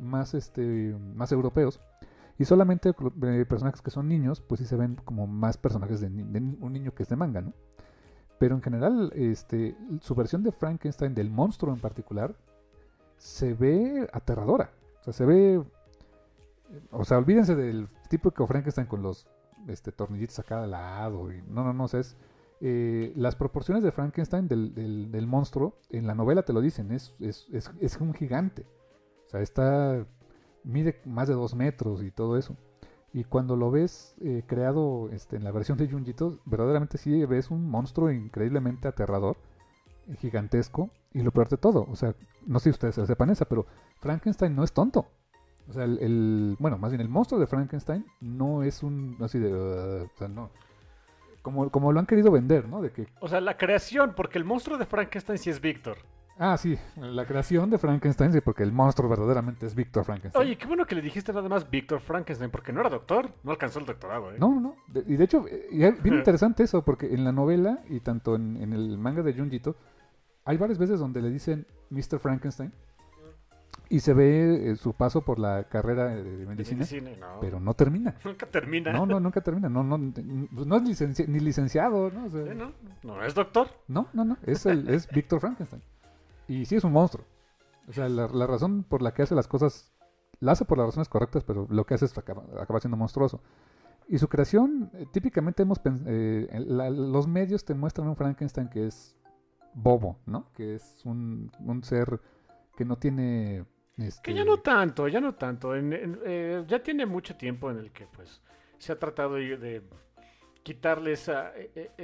europeos. Y solamente personajes que son niños, pues sí se ven como más personajes de un niño que es de manga, ¿no? Pero en general, su versión de Frankenstein, del monstruo en particular, se ve aterradora. O sea, se ve... O sea, olvídense del típico Frankenstein con los tornillitos a cada lado. Y no, o sea, las proporciones de Frankenstein, del monstruo, en la novela te lo dicen, es un gigante. O sea, mide más de 2 metros y todo eso. Y cuando lo ves creado en la versión de Junjito, verdaderamente sí ves un monstruo increíblemente aterrador, gigantesco, y lo peor de todo, o sea, no sé si ustedes se sepan esa, pero Frankenstein no es tonto. O sea, bueno, más bien el monstruo de Frankenstein no es así de... o sea, no. Como lo han querido vender, ¿no? De que... O sea, la creación, porque el monstruo de Frankenstein sí es Víctor. Ah, sí, la creación de Frankenstein, sí, porque el monstruo verdaderamente es Víctor Frankenstein. Oye, qué bueno que le dijiste nada más Víctor Frankenstein, porque no era doctor, no alcanzó el doctorado, ¿eh? No, y de hecho, es bien interesante eso, porque en la novela y tanto en el manga de Junjito, hay varias veces donde le dicen Mr. Frankenstein y se ve su paso por la carrera de medicina, no. pero no termina. Nunca termina. No, nunca termina. No es ni licenciado, ¿no? O sea, no es doctor. No, es Víctor Frankenstein. Y sí es un monstruo. O sea, la razón por la que hace las cosas, la hace por las razones correctas, pero lo que hace es acaba siendo monstruoso. Y su creación, típicamente los medios te muestran un Frankenstein que es bobo, ¿no? Que es un ser que no tiene... Que ya no tanto. Ya tiene mucho tiempo en el que pues se ha tratado de quitarle esa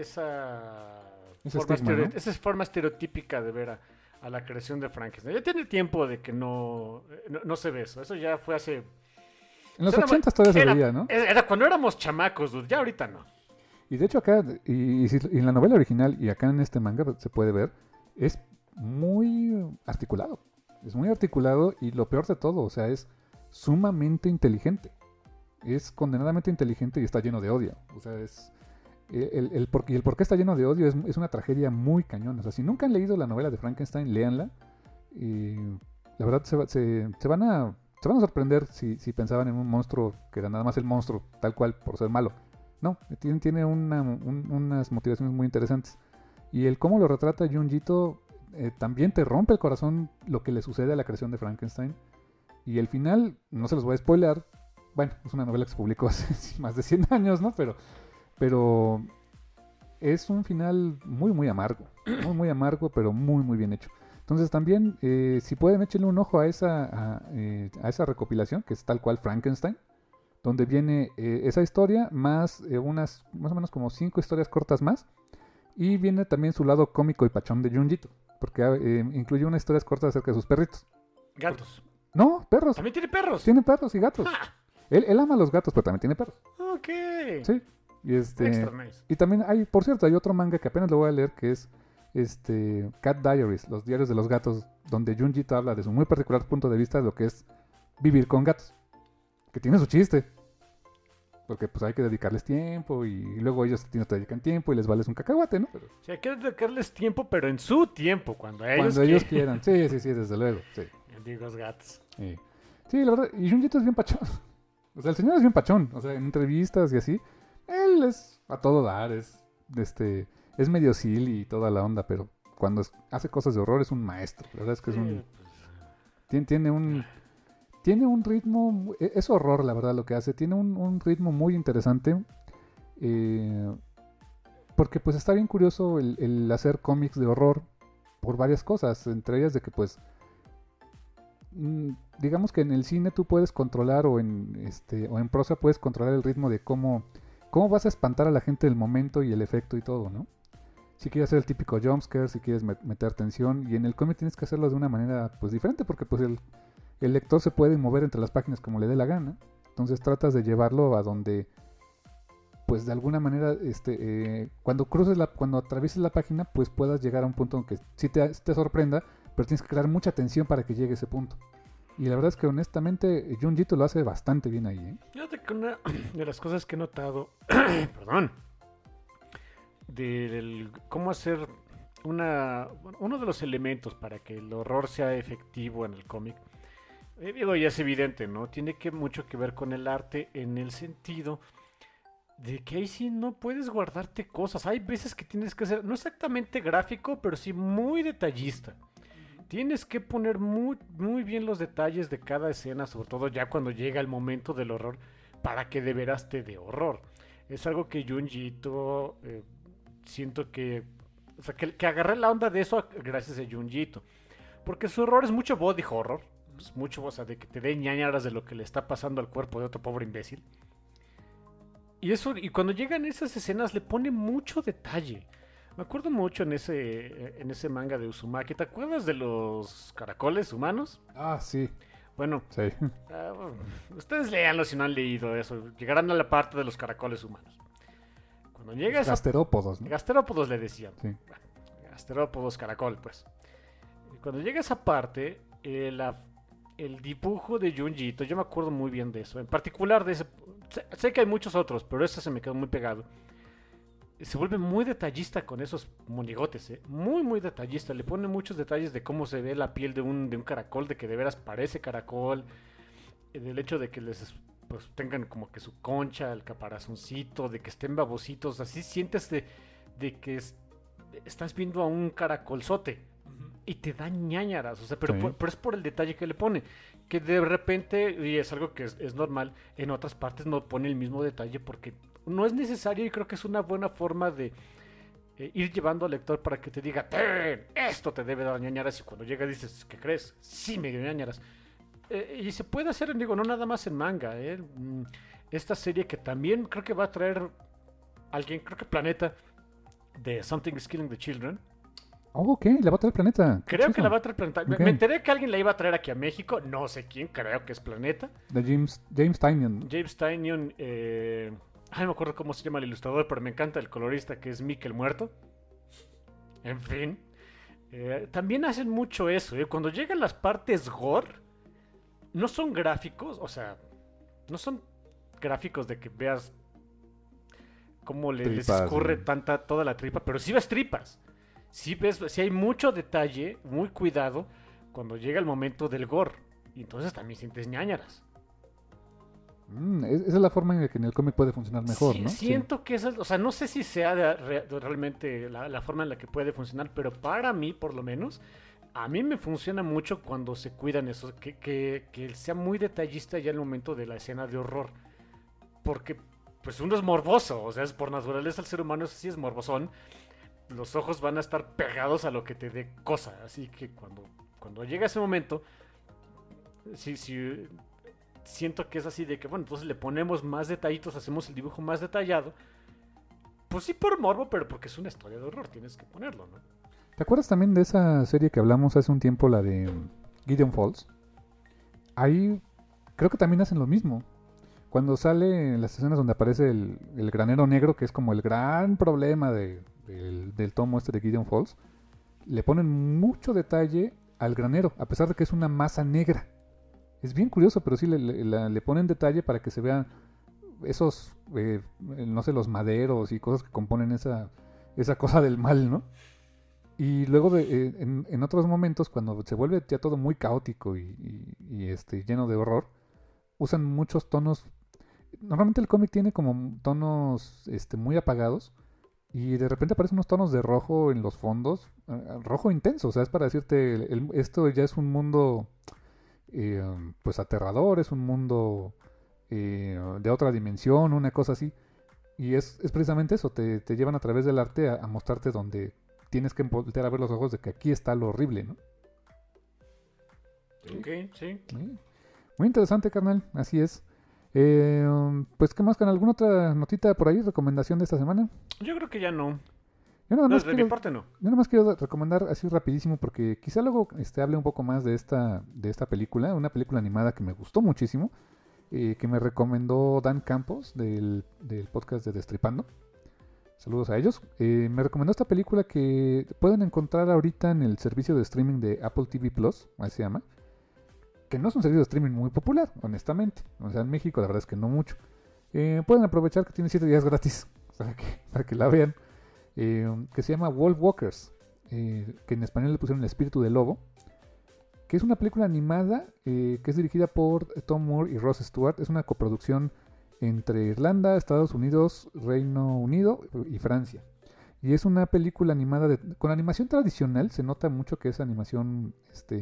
forma estereotípica de ver a la creación de Frankenstein. Ya tiene tiempo de que no se ve eso. Eso ya fue hace... En los 80 todavía se veía, ¿no? Era cuando éramos chamacos, dude. Ya ahorita no. Y de hecho acá, y en la novela original y acá en este manga se puede ver, es muy articulado. Es muy articulado y lo peor de todo, o sea, es sumamente inteligente. Es condenadamente inteligente y está lleno de odio. O sea, el por qué está lleno de odio es una tragedia muy cañona. O sea, si nunca han leído la novela de Frankenstein, léanla. Y la verdad se van a sorprender si pensaban en un monstruo que era nada más el monstruo, tal cual, por ser malo. No, tiene unas motivaciones muy interesantes. Y el cómo lo retrata Junji Ito también te rompe el corazón lo que le sucede a la creación de Frankenstein. Y el final, no se los voy a spoiler. Bueno, es una novela que se publicó hace más de 100 años, ¿no? Pero es un final muy, muy amargo. Muy, muy amargo, pero muy, muy bien hecho. Entonces también, si pueden, échenle un ojo a esa recopilación, que es tal cual Frankenstein, donde viene esa historia, más más o menos como 5 historias cortas más. Y viene también su lado cómico y pachón de Junji Ito, porque incluye unas historias cortas acerca de sus perritos. Gatos. No, perros. ¿También tiene perros? Tiene perros y gatos. Él ama a los gatos, pero también tiene perros. Ok. Sí. Y Extra nice. Y también por cierto, hay otro manga que apenas lo voy a leer, que es Cat Diaries, los diarios de los gatos, donde Junji Ito habla de su muy particular punto de vista de lo que es vivir con gatos. Que tiene su chiste. Porque pues hay que dedicarles tiempo y luego ellos no te dedican tiempo y les vales un cacahuate, ¿no? Pero, Sí, hay que dedicarles tiempo, pero en su tiempo, cuando ellos quieran. Sí, desde luego. Sí. Bendigos gatos. Sí, la verdad. Y Junji Ito es bien pachón. O sea, el señor es bien pachón. O sea, en entrevistas y así. Él es a todo dar. Es medio silly y toda la onda, pero cuando hace cosas de horror es un maestro. La verdad es que tiene un ritmo, es horror la verdad lo que hace, tiene un ritmo muy interesante, porque pues está bien curioso el hacer cómics de horror por varias cosas, entre ellas de que pues digamos que en el cine tú puedes controlar o en prosa puedes controlar el ritmo de cómo vas a espantar a la gente del momento y el efecto y todo, ¿no? Si quieres hacer el típico jumpscare, si quieres meter tensión, y en el cómic tienes que hacerlo de una manera pues diferente, porque pues el lector se puede mover entre las páginas como le dé la gana. Entonces tratas de llevarlo a donde, pues de alguna manera, cuando atravieses la página, pues puedas llegar a un punto en que sí te sorprenda, pero tienes que crear mucha tensión para que llegue a ese punto. Y la verdad es que honestamente Junji Ito lo hace bastante bien ahí, ¿eh? Fíjate que una de las cosas que he notado, perdón, del cómo hacer uno de los elementos para que el horror sea efectivo en el cómic, digo, ya es evidente, ¿no? Tiene mucho que ver con el arte en el sentido de que ahí sí no puedes guardarte cosas. Hay veces que tienes que ser, no exactamente gráfico, pero sí muy detallista. Tienes que poner muy, muy bien los detalles de cada escena, sobre todo ya cuando llega el momento del horror, para que de veras te dé horror. Es algo que Junji Ito, siento que, o sea, que agarré la onda de eso gracias a Junji Ito. Porque su horror es mucho body horror. Pues mucho, o sea, de que te dé ñañaras de lo que le está pasando al cuerpo de otro pobre imbécil. Y cuando llegan esas escenas le pone mucho detalle. Me acuerdo mucho en ese manga de Uzumaki. ¿Te acuerdas de los caracoles humanos? Ah, sí. Bueno, sí. Ustedes léanlo si no han leído eso. Llegarán a la parte de los caracoles humanos. Cuando llega gasterópodos, ¿no? Gasterópodos le decían. Sí. Bueno, gasterópodos, caracol, pues. Cuando llega esa parte, el dibujo de Junji Ito, yo me acuerdo muy bien de eso. En particular de ese. Sé que hay muchos otros, pero este se me quedó muy pegado. Se vuelve muy detallista con esos monigotes, ¿eh? Muy, muy detallista. Le pone muchos detalles de cómo se ve la piel de un caracol, de que de veras parece caracol. Del hecho de que les pues, tengan como que su concha, el caparazoncito, de que estén babositos. Así sientes de que estás viendo a un caracolzote. Y te da ñañaras, o sea, pero es por el detalle que le pone. Que de repente, y es algo que es normal, en otras partes no pone el mismo detalle porque no es necesario y creo que es una buena forma de ir llevando al lector para que te diga, esto te debe dar ñañaras, y cuando llega dices, ¿qué crees? Sí me dio ñañaras. Y se puede hacer, digo, no nada más en manga. Esta serie que también creo que va a traer alguien, creo que Planeta, de Something is Killing the Children. Oh, ok, la va a traer Planeta. Creo que la va a traer Planeta. Okay. Me enteré que alguien la iba a traer aquí a México. No sé quién, creo que es Planeta. De James Tynion. James Tynion. No me acuerdo cómo se llama el ilustrador, pero me encanta el colorista que es Mikel Muerto. En fin. También hacen mucho eso. Cuando llegan las partes gore, no son gráficos, o sea, no son gráficos de que veas cómo les escurre toda la tripa, pero sí ves tripas. Sí hay mucho detalle, muy cuidado cuando llega el momento del gore. Y entonces también sientes ñañaras. Esa es la forma en la que en el cómic puede funcionar mejor, Sí, ¿no? siento que esa, o sea, no sé si sea realmente la forma en la que puede funcionar, pero para mí, por lo menos, a mí me funciona mucho cuando se cuidan eso, que sea muy detallista ya en el momento de la escena de horror. Porque, pues uno es morboso, o sea, es por naturaleza el ser humano sí es morbosón. Los ojos van a estar pegados a lo que te dé cosa, así que cuando llega ese momento, sí, siento que es así de que, bueno, entonces le ponemos más detallitos, hacemos el dibujo más detallado. Pues sí por morbo, pero porque es una historia de horror, tienes que ponerlo, ¿no? ¿Te acuerdas también de esa serie que hablamos hace un tiempo, la de Gideon Falls? Ahí creo que también hacen lo mismo. Cuando sale en las escenas donde aparece el granero negro, que es como el gran problema del tomo este de Gideon Falls, le ponen mucho detalle al granero, a pesar de que es una masa negra. Es bien curioso, pero sí le ponen detalle para que se vean esos, no sé, los maderos y cosas que componen esa cosa del mal, ¿no? Y luego en otros momentos, cuando se vuelve ya todo muy caótico y lleno de horror, usan muchos tonos. Normalmente el cómic tiene como tonos muy apagados y de repente aparecen unos tonos de rojo en los fondos, rojo intenso, o sea, es para decirte, esto ya es un mundo pues aterrador, es un mundo de otra dimensión, una cosa así. Y es precisamente eso, te llevan a través del arte a mostrarte donde tienes que voltear a ver los ojos de que aquí está lo horrible, ¿no? Ok, sí. Muy interesante, carnal, así es. Pues, ¿qué más, carnal? ¿Alguna otra notita por ahí? ¿Recomendación de esta semana? Yo creo que ya no. Yo nada No, más de mi parte no. yo nada más quiero recomendar así rapidísimo porque quizá luego hable un poco más de esta película, una película animada que me gustó muchísimo, que me recomendó Dan Campos del podcast de Destripando. Saludos a ellos. Me recomendó esta película que pueden encontrar ahorita en el servicio de streaming de Apple TV Plus, así se llama, que no es un servicio de streaming muy popular, honestamente. O sea, en México la verdad es que no mucho. Pueden aprovechar que tiene 7 días gratis para que la vean. Que se llama Wolf Walkers, que en español le pusieron El espíritu del lobo, que es una película animada que es dirigida por Tom Moore y Ross Stewart. Es una coproducción entre Irlanda, Estados Unidos, Reino Unido y Francia. Y es una película animada con animación tradicional. Se nota mucho que es animación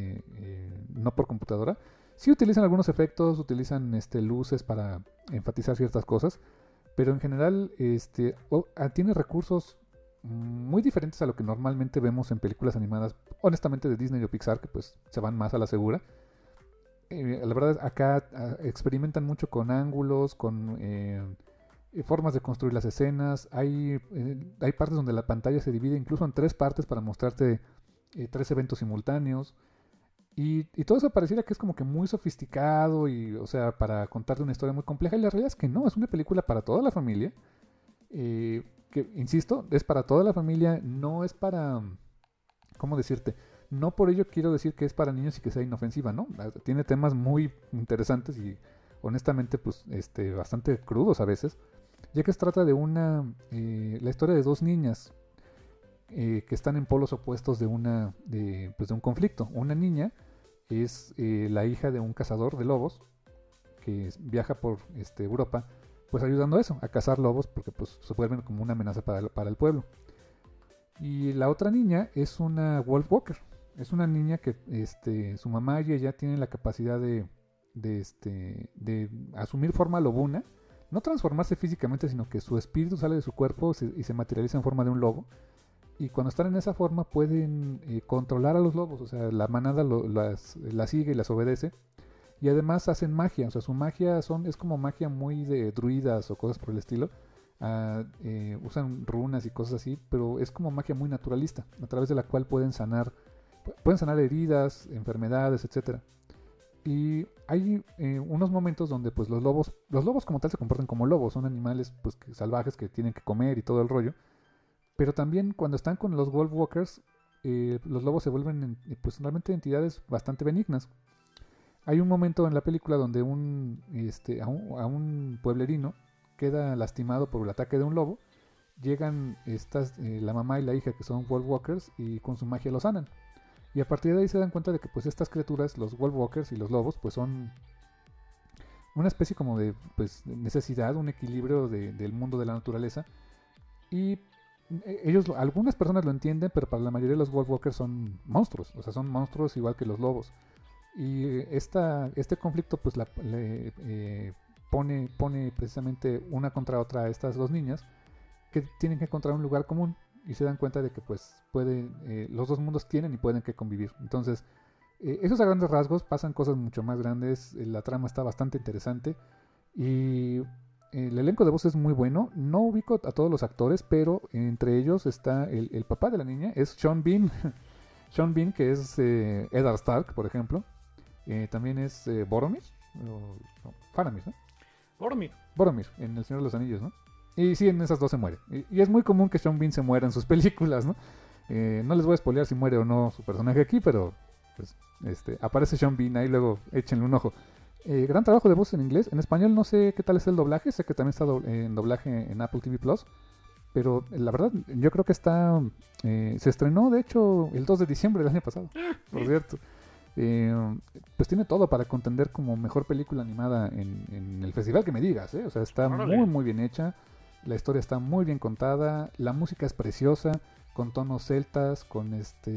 no por computadora. Sí utilizan algunos efectos, utilizan luces para enfatizar ciertas cosas, pero en general tiene recursos muy diferentes a lo que normalmente vemos en películas animadas, honestamente, de Disney o Pixar, que pues se van más a la segura. La verdad, acá experimentan mucho con ángulos, con formas de construir las escenas. Hay partes donde la pantalla se divide incluso en 3 partes para mostrarte 3 eventos simultáneos. Y todo eso pareciera que es como que muy sofisticado y, o sea, para contarte una historia muy compleja. Y la realidad es que no, es una película para toda la familia. Que, insisto, es para toda la familia, no es para... ¿Cómo decirte? No por ello quiero decir que es para niños y que sea inofensiva, ¿no? Tiene temas muy interesantes y honestamente pues bastante crudos a veces, ya que se trata de la historia de 2 niñas que están en polos opuestos de un conflicto. Una niña es la hija de un cazador de lobos que viaja por Europa, pues ayudando a eso, a cazar lobos, porque pues se vuelven como una amenaza para el pueblo. Y la otra niña es una Wolf Walker. Es una niña que su mamá y ella tienen la capacidad de asumir forma lobuna, no transformarse físicamente, sino que su espíritu sale de su cuerpo y se materializa en forma de un lobo. Y cuando están en esa forma pueden controlar a los lobos, o sea, la manada las sigue y las obedece. Y además hacen magia, o sea, su magia es como magia muy de druidas o cosas por el estilo. Usan runas y cosas así, pero es como magia muy naturalista, a través de la cual pueden sanar heridas, enfermedades, etcétera. Y hay unos momentos donde pues los lobos como tal se comportan como lobos, son animales pues salvajes que tienen que comer y todo el rollo. Pero también cuando están con los Wolf Walkers, los lobos se vuelven pues realmente entidades bastante benignas. Hay un momento en la película donde a un pueblerino queda lastimado por el ataque de un lobo. Llegan la mamá y la hija, que son Wolf Walkers, y con su magia lo sanan. Y a partir de ahí se dan cuenta de que pues estas criaturas, los Wolf Walkers y los lobos, pues son una especie como de pues necesidad, un equilibrio del mundo de la naturaleza. Y algunas personas lo entienden, pero para la mayoría de los Wolfwalkers son monstruos, o sea, son monstruos igual que los lobos. Y este conflicto pues pone precisamente una contra otra a estas dos niñas que tienen que encontrar un lugar común y se dan cuenta de que pues los dos mundos tienen y pueden que convivir. Entonces, esos a grandes rasgos, pasan cosas mucho más grandes, la trama está bastante interesante y el elenco de voz es muy bueno. No ubico a todos los actores, pero entre ellos está el papá de la niña, es Sean Bean. Sean Bean, que es Eddard Stark, por ejemplo. También es Boromir, Faramir, ¿no? Boromir, en El Señor de los Anillos, ¿no? Y sí, en esas dos se muere. Y es muy común que Sean Bean se muera en sus películas, ¿no? No les voy a spoilear si muere o no su personaje aquí, pero pues aparece Sean Bean, ahí luego échenle un ojo. Gran trabajo de voz en inglés. En español no sé qué tal es el doblaje, sé que también está en doblaje en Apple TV Plus. Pero la verdad, yo creo que se estrenó, de hecho, el 2 de diciembre del año pasado, por cierto. Pues tiene todo para contender como mejor película animada en el festival que me digas, ¿eh? O sea, está muy muy bien hecha, la historia está muy bien contada, la música es preciosa, con tonos celtas, con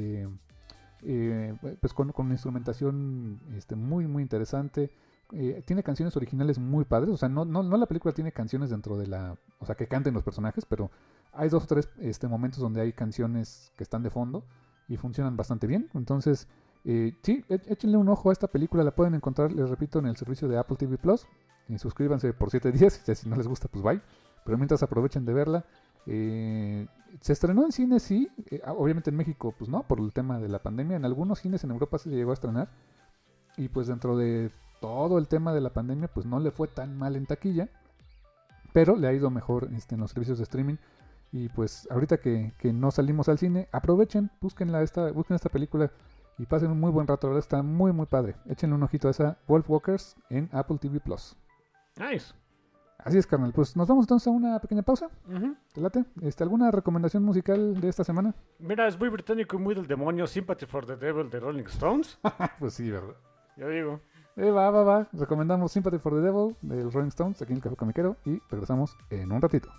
pues con instrumentación muy muy interesante. Tiene canciones originales muy padres, o sea, no la película tiene canciones dentro de o sea, que canten los personajes, pero hay 2 o 3 momentos donde hay canciones que están de fondo y funcionan bastante bien. Entonces, sí, échenle un ojo a esta película, la pueden encontrar, les repito, en el servicio de Apple TV Plus. Suscríbanse por 7 días, si no les gusta, pues bye. Pero mientras aprovechen de verla. Se estrenó en cine, sí, obviamente en México, pues no, por el tema de la pandemia. En algunos cines en Europa se llegó a estrenar. Y pues dentro de todo el tema de la pandemia, pues no le fue tan mal en taquilla. Pero le ha ido mejor en los servicios de streaming. Y pues ahorita que no salimos al cine, aprovechen, busquen esta película y pasen un muy buen rato. La verdad está muy muy padre. Échenle un ojito a esa Wolfwalkers en Apple TV Plus. Nice. Así es, carnal. Pues nos vamos entonces a una pequeña pausa. ¿Te late? ¿Alguna recomendación musical de esta semana? Mira, es muy británico y muy del demonio. Sympathy for the Devil de Rolling Stones. Pues sí, ¿verdad? Yo digo. Va. Recomendamos Sympathy for the Devil de Rolling Stones aquí en el Café Comiquero y regresamos en un ratito.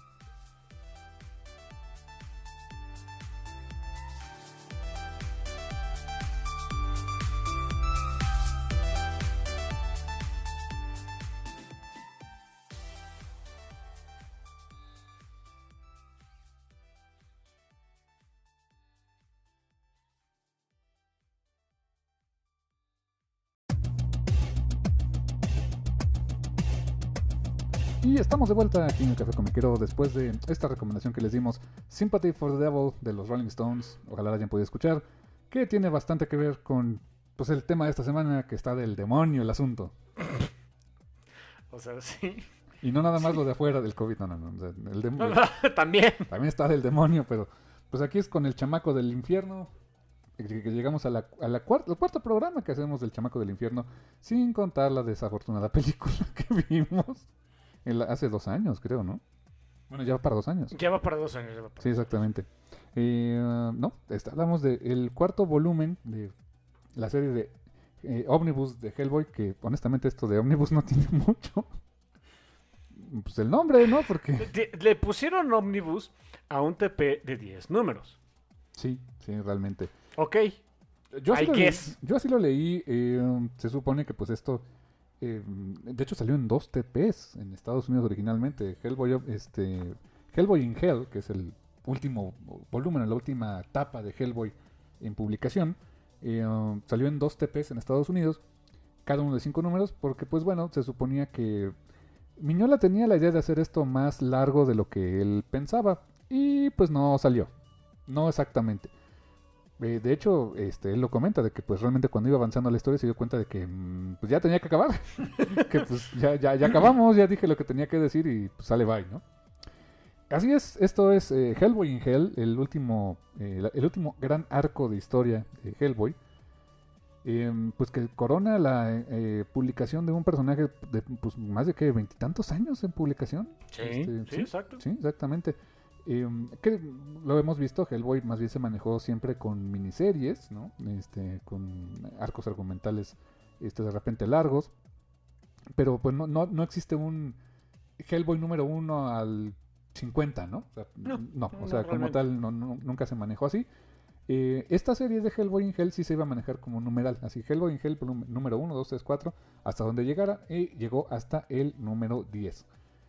Y estamos de vuelta aquí en el Café Comiquero después de esta recomendación que les dimos, Sympathy for the Devil de los Rolling Stones. Ojalá la hayan podido escuchar, que tiene bastante que ver con pues el tema de esta semana, que está del demonio el asunto. O sea, sí. Y no nada más lo de afuera del COVID, no. O sea, el demonio también está del demonio, pero pues aquí es con el chamaco del infierno. Que llegamos al cuarto programa que hacemos del chamaco del infierno, sin contar la desafortunada película que vimos hace 2 años, creo, ¿no? Bueno, ya va para 2 años. Ya va para 2 años. Sí, exactamente. No, hablamos del 4º volumen de la serie de Omnibus de Hellboy, que honestamente esto de Omnibus no tiene mucho. Pues el nombre, ¿no? Porque le pusieron Omnibus a un TP de 10 números. Sí, realmente. Ok. Yo así lo leí. Se supone que pues esto de hecho salió en 2 TPs en Estados Unidos originalmente. Hellboy in Hell, que es el último volumen, la última etapa de Hellboy en publicación, salió en 2 TPs en Estados Unidos, cada uno de 5 números, porque pues bueno, se suponía que Miñola tenía la idea de hacer esto más largo de lo que él pensaba, y pues no salió, no exactamente. De hecho, él lo comenta de que pues realmente cuando iba avanzando la historia se dio cuenta de que pues ya tenía que acabar. Que pues ya acabamos, ya dije lo que tenía que decir y pues sale bye, ¿no? Así es, esto es Hellboy in Hell, el último gran arco de historia de Hellboy. Pues que corona la publicación de un personaje de pues más de que 20 y tantos años en publicación. Sí, exacto. Sí, exactamente. Que lo hemos visto, Hellboy más bien se manejó siempre con miniseries, ¿no? Con arcos argumentales de repente largos. Pero pues no existe un Hellboy número 1 al 50, ¿no? O sea, o sea, como realmente. tal nunca se manejó así. Esta serie de Hellboy in Hell sí se iba a manejar como numeral, así Hellboy in Hell número 1, 2, 3, 4, hasta donde llegara, y llegó hasta el número 10.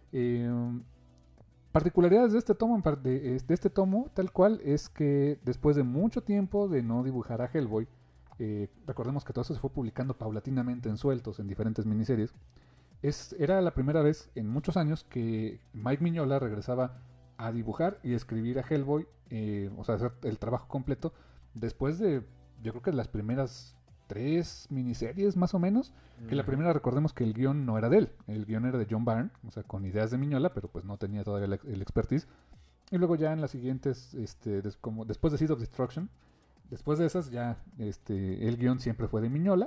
Particularidades de este tomo, de este tomo, tal cual, es que después de mucho tiempo de no dibujar a Hellboy, recordemos que todo eso se fue publicando paulatinamente en sueltos, en diferentes miniseries, era la primera vez en muchos años que Mike Mignola regresaba a dibujar y escribir a Hellboy, o sea, hacer el trabajo completo, después de, yo creo que las primeras 3 miniseries más o menos, que la primera recordemos que el guión no era de él, el guión era de John Byrne, o sea, con ideas de Mignola, pero pues no tenía todavía el expertise, y luego ya en las siguientes, como después de Seed of Destruction, después de esas ya el guión siempre fue de Mignola,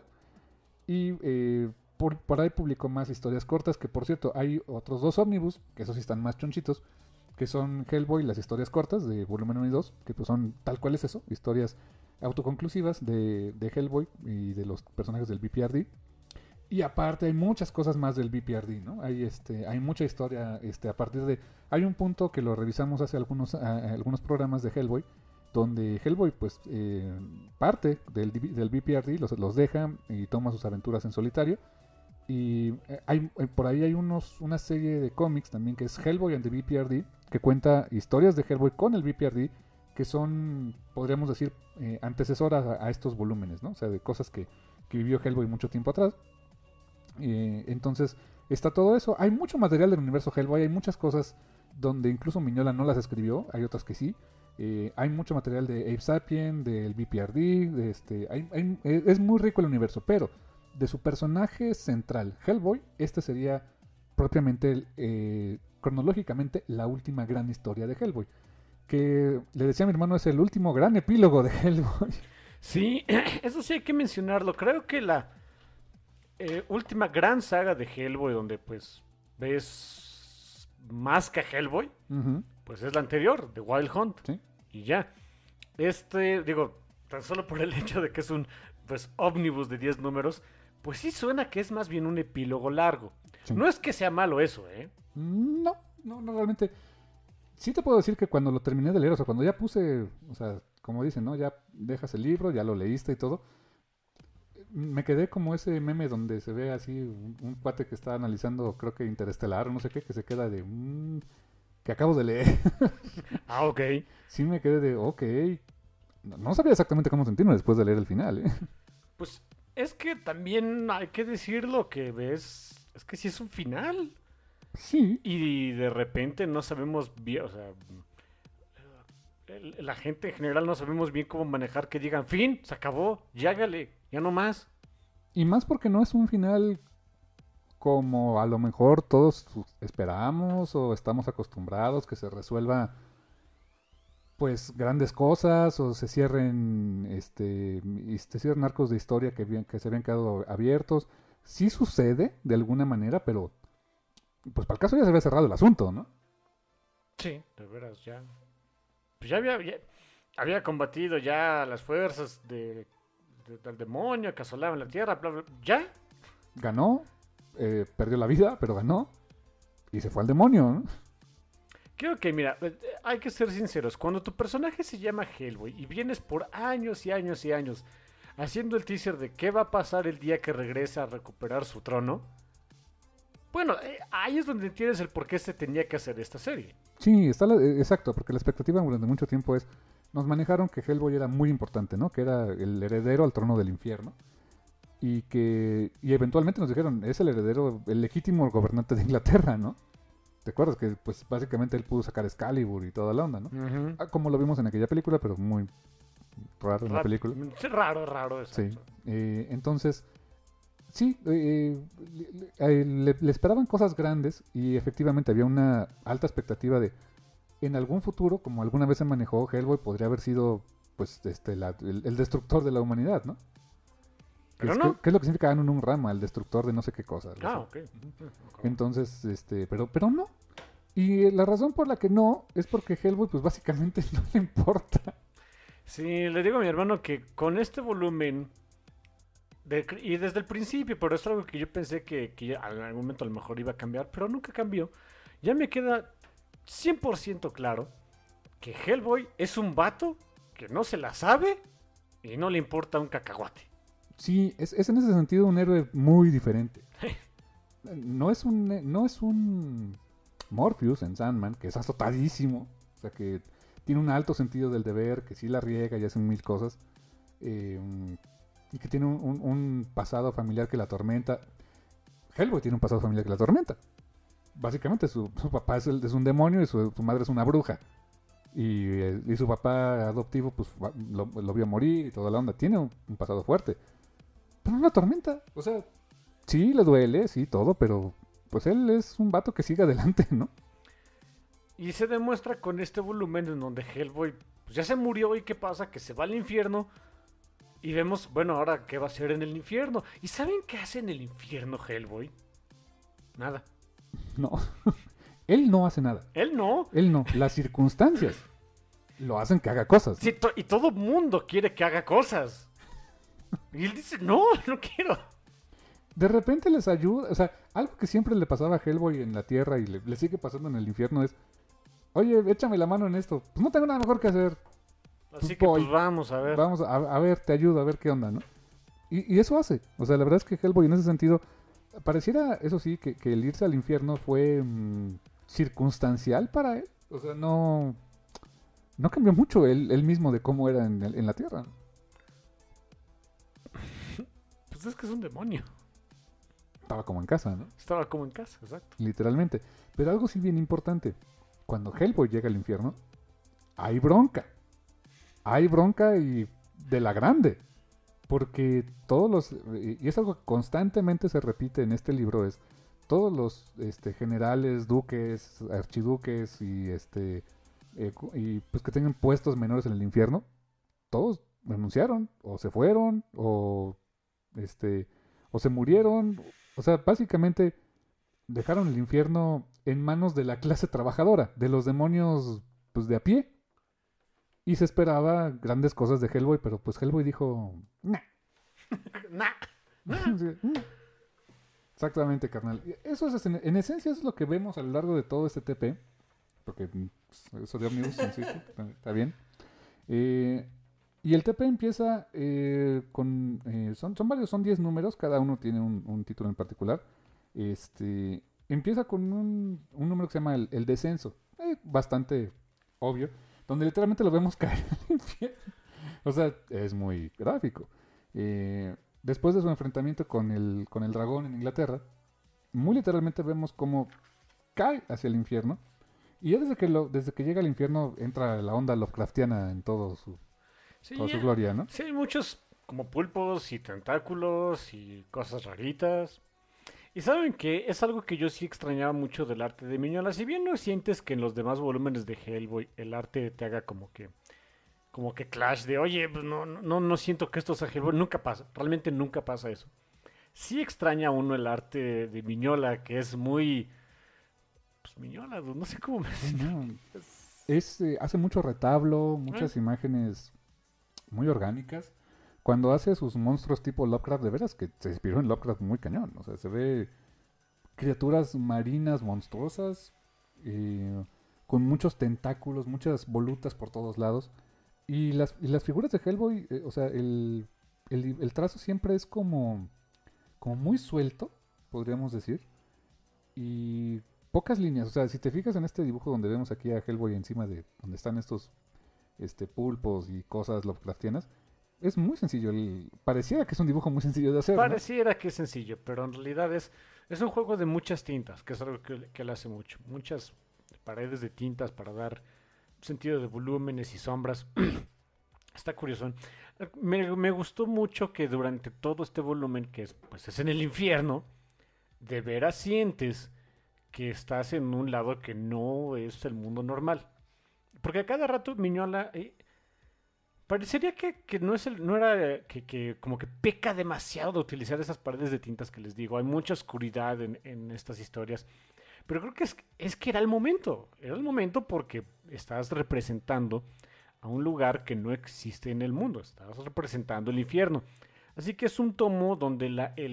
y por ahí publicó más historias cortas, que por cierto hay otros 2 ómnibus, que esos sí están más chonchitos, que son Hellboy, las historias cortas de volumen 1 y 2, que pues son tal cual es eso, historias autoconclusivas de Hellboy y de los personajes del BPRD. Y aparte hay muchas cosas más del BPRD, ¿no? Hay mucha historia a partir de... Hay un punto que lo revisamos hace algunos programas de Hellboy, donde Hellboy pues parte del BPRD, los deja y toma sus aventuras en solitario. Y por ahí hay una serie de cómics también que es Hellboy and the BPRD, que cuenta historias de Hellboy con el BPRD, que son, podríamos decir, antecesoras a estos volúmenes, ¿no? O sea, de cosas que vivió Hellboy mucho tiempo atrás. Entonces, está todo eso. Hay mucho material del universo Hellboy, hay muchas cosas donde incluso Mignola no las escribió, hay otras que sí. Hay mucho material de Ape Sapien, del BPRD, es muy rico el universo, pero de su personaje central, Hellboy, sería propiamente, cronológicamente, la última gran historia de Hellboy. Que le decía a mi hermano, es el último gran epílogo de Hellboy. Sí, eso sí hay que mencionarlo. Creo que la última gran saga de Hellboy, donde pues ves más que a Hellboy, pues es la anterior, The Wild Hunt. ¿Sí? Y ya. Digo, tan solo por el hecho de que es un pues ómnibus de 10 números, pues sí suena que es más bien un epílogo largo. Sí. No es que sea malo eso, ¿eh? No, realmente. Sí te puedo decir que cuando lo terminé de leer, o sea, cuando ya puse, o sea, como dicen, ¿no? Ya dejas el libro, ya lo leíste y todo. Me quedé como ese meme donde se ve así un cuate que está analizando, creo que Interestelar, no sé qué, que se queda de... que acabo de leer. Ah, ok. Sí me quedé de, ok. No sabía exactamente cómo sentirme después de leer el final, ¿eh? Pues es que también hay que decirlo que ves, es que sí es un final. Sí. Y de repente no sabemos bien, o sea, la gente en general no sabemos bien cómo manejar que digan, fin, se acabó, llágale, ya no más. Y más porque no es un final como a lo mejor todos esperamos o estamos acostumbrados, que se resuelva pues grandes cosas o se cierren cierren arcos de historia que se habían quedado abiertos. Sí sucede de alguna manera, pero pues para el caso ya se había cerrado el asunto, ¿no? Sí, de veras, ya. Pues ya había combatido ya las fuerzas del demonio que asolaban la tierra, bla, bla, ya. Ganó, perdió la vida, pero ganó y se fue al demonio, ¿no? Creo que, mira, hay que ser sinceros. Cuando tu personaje se llama Hellboy y vienes por años y años y años haciendo el teaser de qué va a pasar el día que regrese a recuperar su trono, bueno, ahí es donde entiendes el por qué se tenía que hacer esta serie. Sí, exacto, porque la expectativa durante mucho tiempo nos manejaron que Hellboy era muy importante, ¿no? Que era el heredero al trono del infierno. Y eventualmente nos dijeron, es el heredero, el legítimo gobernante de Inglaterra, ¿no? ¿Te acuerdas? Que pues básicamente él pudo sacar Excalibur y toda la onda, ¿no? Como lo vimos en aquella película, pero muy raro en la película. Raro, exacto. Sí, entonces, sí, le esperaban cosas grandes y efectivamente había una alta expectativa de, en algún futuro, como alguna vez se manejó, Hellboy podría haber sido pues el destructor de la humanidad, ¿no? Pero no. ¿Qué es lo que significa Anun Rama, el destructor de no sé qué cosa? Ok. Entonces, pero no. Y la razón por la que no es porque Hellboy, pues básicamente no le importa. Sí, le digo a mi hermano que con este volumen Y desde el principio, pero es algo que yo pensé que en algún momento a lo mejor iba a cambiar, pero nunca cambió. Ya me queda 100% claro que Hellboy es un vato que no se la sabe y no le importa un cacahuate. Sí, es en ese sentido un héroe muy diferente. No es un Morpheus en Sandman, que es azotadísimo, o sea, que tiene un alto sentido del deber, que sí la riega y hace mil cosas, y que tiene un pasado familiar que la atormenta. Hellboy tiene un pasado familiar que la atormenta. Básicamente su papá es un demonio y su madre es una bruja. Y su papá adoptivo pues lo vio morir y toda la onda. Tiene un pasado fuerte. Pero no la atormenta. O sea, sí le duele, sí, todo, pero pues él es un vato que sigue adelante, ¿no? Y se demuestra con este volumen en donde Hellboy pues ya se murió y qué pasa, que se va al infierno y vemos, bueno, ahora qué va a hacer en el infierno. ¿Y saben qué hace en el infierno Hellboy? Nada. No. Él no hace nada. Él no. Él no. Las circunstancias lo hacen que haga cosas, ¿no? Sí, y todo mundo quiere que haga cosas. Y él dice, no, no quiero. De repente les ayuda, o sea, algo que siempre le pasaba a Hellboy en la Tierra y le sigue pasando en el infierno es, oye, échame la mano en esto. Pues no tengo nada mejor que hacer. Así que pues vamos a ver. Vamos a ver, te ayudo, a ver qué onda, ¿no? Y eso hace. O sea, la verdad es que Hellboy en ese sentido, pareciera, eso sí, que el irse al infierno fue circunstancial para él. O sea, no cambió mucho él mismo de cómo era en la Tierra, ¿no? Pues es que es un demonio. Estaba como en casa, ¿no? Estaba como en casa, exacto. Literalmente. Pero algo sí bien importante. Cuando Hellboy llega al infierno, hay bronca. Hay bronca y de la grande. Porque todos los... Y es algo que constantemente se repite en este libro, es todos los generales, duques, archiduques y y pues que tengan puestos menores en el infierno, todos renunciaron, o se fueron, o se murieron. O sea, básicamente dejaron el infierno en manos de la clase trabajadora, de los demonios pues de a pie. Y se esperaba grandes cosas de Hellboy, pero pues Hellboy dijo, nah. Exactamente, carnal. Eso es, en esencia, es lo que vemos a lo largo de todo este TP. Porque eso de Omnibus, insisto, está bien. Y el TP empieza con... son varios, son 10 números, cada uno tiene un título en particular. Empieza con un número que se llama el descenso. Bastante obvio. Donde literalmente lo vemos caer al infierno. O sea, es muy gráfico. Después de su enfrentamiento con el dragón en Inglaterra, muy literalmente vemos cómo cae hacia el infierno. Y ya desde que llega al infierno entra la onda Lovecraftiana en toda su gloria, ¿no? Sí, hay muchos como pulpos y tentáculos y cosas raritas. Y saben que es algo que yo sí extrañaba mucho del arte de Miñola. Si bien no sientes que en los demás volúmenes de Hellboy el arte te haga como que clash de, oye, pues no siento que esto sea Hellboy. Nunca pasa, realmente nunca pasa eso. Sí extraña uno el arte de Miñola, que es muy... Pues Miñola, no sé cómo me hace mucho retablo, muchas imágenes muy orgánicas. Cuando hace sus monstruos tipo Lovecraft, de veras que se inspiró en Lovecraft muy cañón. O sea, se ve criaturas marinas monstruosas, con muchos tentáculos, muchas volutas por todos lados. Y las figuras de Hellboy, o sea, el trazo siempre es como muy suelto, podríamos decir. Y pocas líneas. O sea, si te fijas en este dibujo donde vemos aquí a Hellboy encima de donde están estos pulpos y cosas Lovecraftianas, es muy sencillo. Pareciera que es un dibujo muy sencillo de hacer, Pareciera, ¿no? Que es sencillo, pero en realidad es un juego de muchas tintas, que es algo que él hace mucho. Muchas paredes de tintas para dar sentido de volúmenes y sombras. Está curioso. Me gustó mucho que durante todo este volumen, que es en el infierno, de veras sientes que estás en un lado que no es el mundo normal. Porque a cada rato Miñola... parecería que no era que como que peca demasiado de utilizar esas paredes de tintas que les digo. Hay mucha oscuridad en estas historias. Pero creo que es que era el momento. Era el momento porque estás representando a un lugar que no existe en el mundo. Estás representando el infierno. Así que es un tomo donde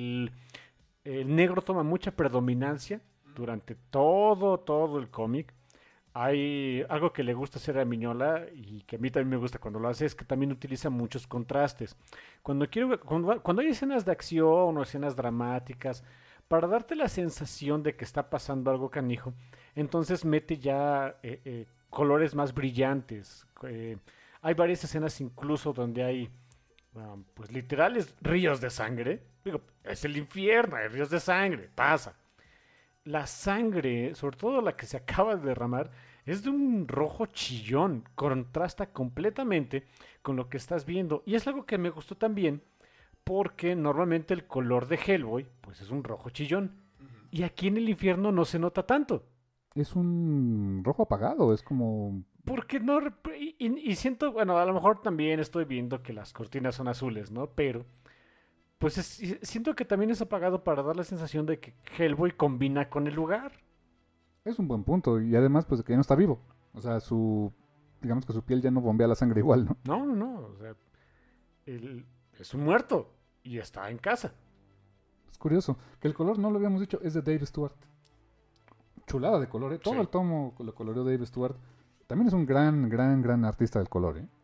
el negro toma mucha predominancia durante todo el cómic. Hay algo que le gusta hacer a Miñola y que a mí también me gusta cuando lo hace, es que también utiliza muchos contrastes. Cuando hay escenas de acción o escenas dramáticas, para darte la sensación de que está pasando algo canijo, entonces mete ya colores más brillantes. Hay varias escenas incluso donde hay pues literales ríos de sangre. Digo, es el infierno, hay ríos de sangre, pasa. La sangre, sobre todo la que se acaba de derramar, es de un rojo chillón, contrasta completamente con lo que estás viendo. Y es algo que me gustó también, porque normalmente el color de Hellboy, pues es un rojo chillón. Y aquí en el infierno no se nota tanto. Es un rojo apagado, es como... Porque no... Y siento, bueno, a lo mejor también estoy viendo que las cortinas son azules, ¿no? Pero pues siento que también es apagado para dar la sensación de que Hellboy combina con el lugar. Es un buen punto, y además pues de que ya no está vivo. O sea, digamos que su piel ya no bombea la sangre igual, ¿no? No, o sea, él es un muerto y está en casa. Es curioso, que el color, no lo habíamos dicho, es de Dave Stewart. Chulada de color, ¿eh? Todo Sí. el tomo lo coloreó Dave Stewart. También es un gran artista del color, ¿eh?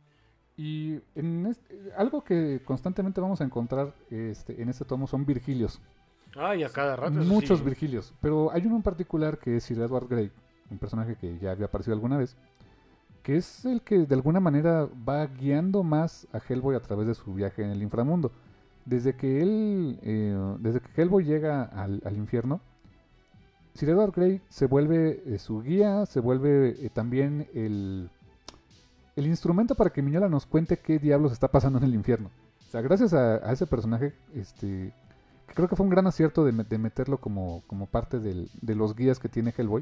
Y algo que constantemente vamos a encontrar en este tomo son Virgilios. Ay, a cada rato. Eso Muchos sí. Virgilios. Pero hay uno en particular que es Sir Edward Grey, un personaje que ya había aparecido alguna vez, que es el que de alguna manera va guiando más a Hellboy a través de su viaje en el inframundo. Desde que Hellboy llega al infierno, Sir Edward Grey se vuelve su guía, se vuelve también el instrumento para que Miñola nos cuente qué diablos está pasando en el infierno. O sea, gracias a ese personaje, que creo que fue un gran acierto de meterlo como parte de los guías que tiene Hellboy.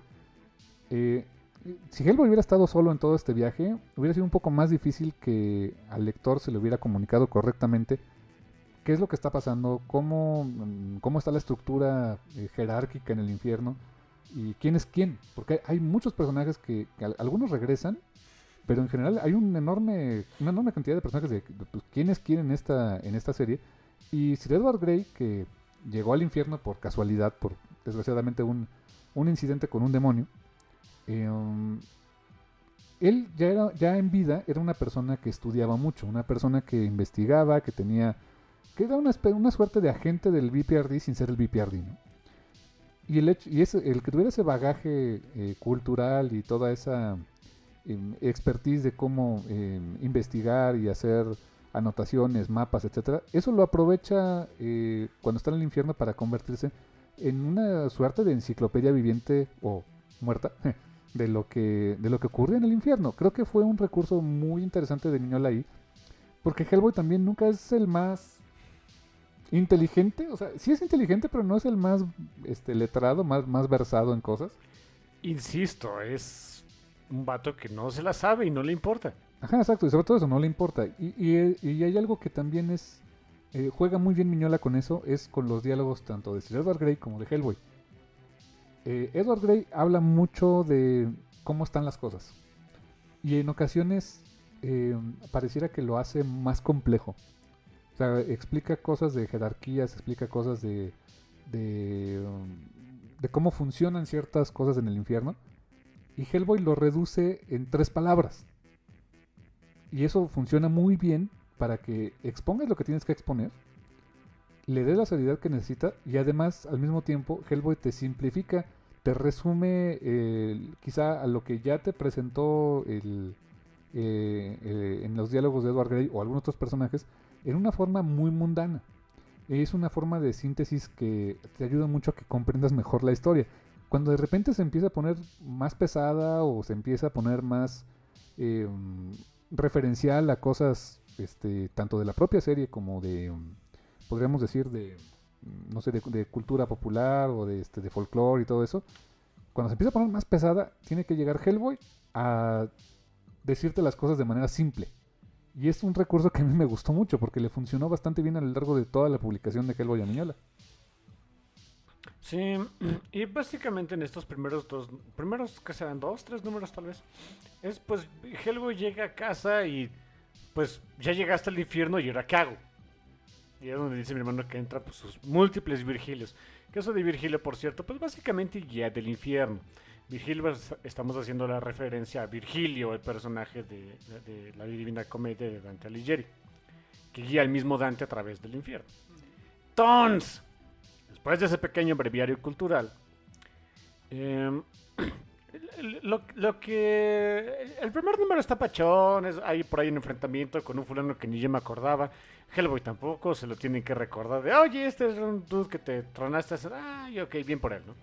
Si Hellboy hubiera estado solo en todo este viaje, hubiera sido un poco más difícil que al lector se le hubiera comunicado correctamente qué es lo que está pasando, cómo está la estructura jerárquica en el infierno y quién es quién. Porque hay muchos personajes que algunos regresan, pero en general hay una enorme cantidad de personajes de pues, quién es quién en esta serie. Y Sir Edward Grey, que llegó al infierno por casualidad, por desgraciadamente un incidente con un demonio, él ya en vida era una persona que estudiaba mucho, una persona que investigaba, que era una suerte de agente del BPRD sin ser el BPRD, ¿no? Y el que tuviera ese bagaje cultural y toda esa expertise de cómo investigar y hacer anotaciones, mapas, etcétera, eso lo aprovecha cuando está en el infierno para convertirse en una suerte de enciclopedia viviente o muerta de lo que ocurre en el infierno. Creo que fue un recurso muy interesante de Miñola ahí, porque Hellboy también nunca es el más inteligente, o sea, sí es inteligente, pero no es el más letrado, más versado en cosas. Insisto, es un vato que no se la sabe y no le importa. Ajá, exacto, y sobre todo eso no le importa. Y hay algo que también juega muy bien Miñola con eso, es con los diálogos tanto de Sir Edward Grey como de Hellboy. Edward Grey habla mucho de cómo están las cosas. Y en ocasiones pareciera que lo hace más complejo. O sea, explica cosas de jerarquías, explica cosas de cómo funcionan ciertas cosas en el infierno. Y Hellboy lo reduce en 3 palabras. Y eso funciona muy bien para que expongas lo que tienes que exponer, le dé la seriedad que necesita y además al mismo tiempo Hellboy te simplifica, te resume quizá a lo que ya te presentó en los diálogos de Edward Grey o algunos otros personajes en una forma muy mundana. Es una forma de síntesis que te ayuda mucho a que comprendas mejor la historia. Cuando de repente se empieza a poner más pesada o se empieza a poner más referencial a cosas tanto de la propia serie como de podríamos decir no sé, de cultura popular o de folclore y todo eso, cuando se empieza a poner más pesada tiene que llegar Hellboy a decirte las cosas de manera simple. Y es un recurso que a mí me gustó mucho porque le funcionó bastante bien a lo largo de toda la publicación de Hellboy a Miñola. Sí, y básicamente en estos primeros que serán 2, 3 números tal vez, es pues Hellboy llega a casa y pues ya llegaste al infierno y ahora ¿qué hago? Y es donde dice mi hermano que entra pues, sus múltiples Virgilios. Que eso de Virgilio, por cierto, pues básicamente guía del infierno. Virgilio, estamos haciendo la referencia a Virgilio, el personaje de la Divina Comedia de Dante Alighieri, que guía al mismo Dante a través del infierno. Entonces, después de ese pequeño breviario cultural, lo que... El primer número está pachón, hay por ahí un enfrentamiento con un fulano que ni yo me acordaba. Hellboy tampoco, se lo tienen que recordar de, oye, este es un dude que te tronaste. Ay, ok, bien por él, ¿no?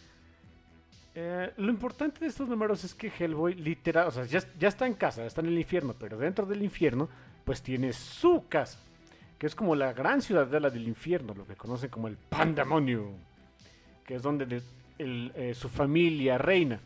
Lo importante de estos números es que Hellboy literal, o sea, ya está en casa, está en el infierno, pero dentro del infierno, pues tiene su casa, que es como la gran ciudadela del infierno, lo que conocen como el Pandemonium, que es donde su familia reina.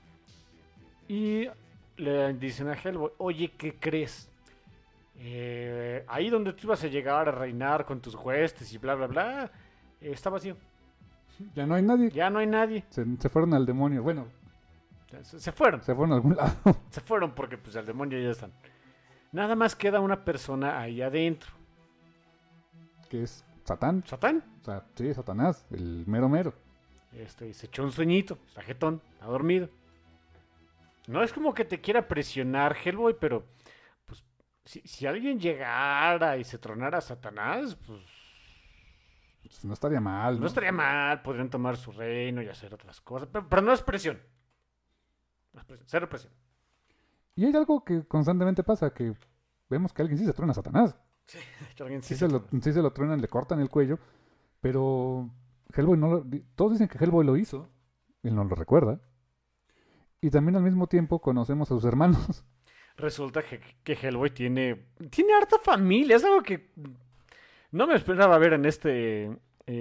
Y le dicen a Hellboy, oye, ¿qué crees? Ahí donde tú ibas a llegar a reinar con tus huestes y bla, bla, bla, está vacío. Ya no hay nadie. Ya no hay nadie. Se fueron al demonio. Bueno, se fueron. se fueron a algún lado. Se fueron porque pues al demonio ya están. Nada más queda una persona ahí adentro. Que es Satán. ¿Satán? O sea, sí, Satanás, el mero mero. Se echó un sueñito, está jetón, ha dormido. No es como que te quiera presionar, Hellboy, pero pues si alguien llegara y se tronara a Satanás, pues Pues no estaría mal, ¿no? no estaría mal, podrían tomar su reino y hacer otras cosas, pero no es presión. No es presión, cero presión. Y hay algo que constantemente pasa, que vemos que alguien sí se truena a Satanás. Sí, de hecho, alguien Sí se lo truenan, le cortan el cuello, pero Hellboy no lo... Todos dicen que Hellboy lo hizo, él no lo recuerda. Y también al mismo tiempo conocemos a sus hermanos. Resulta que Hellboy tiene harta familia, es algo que no me esperaba ver en este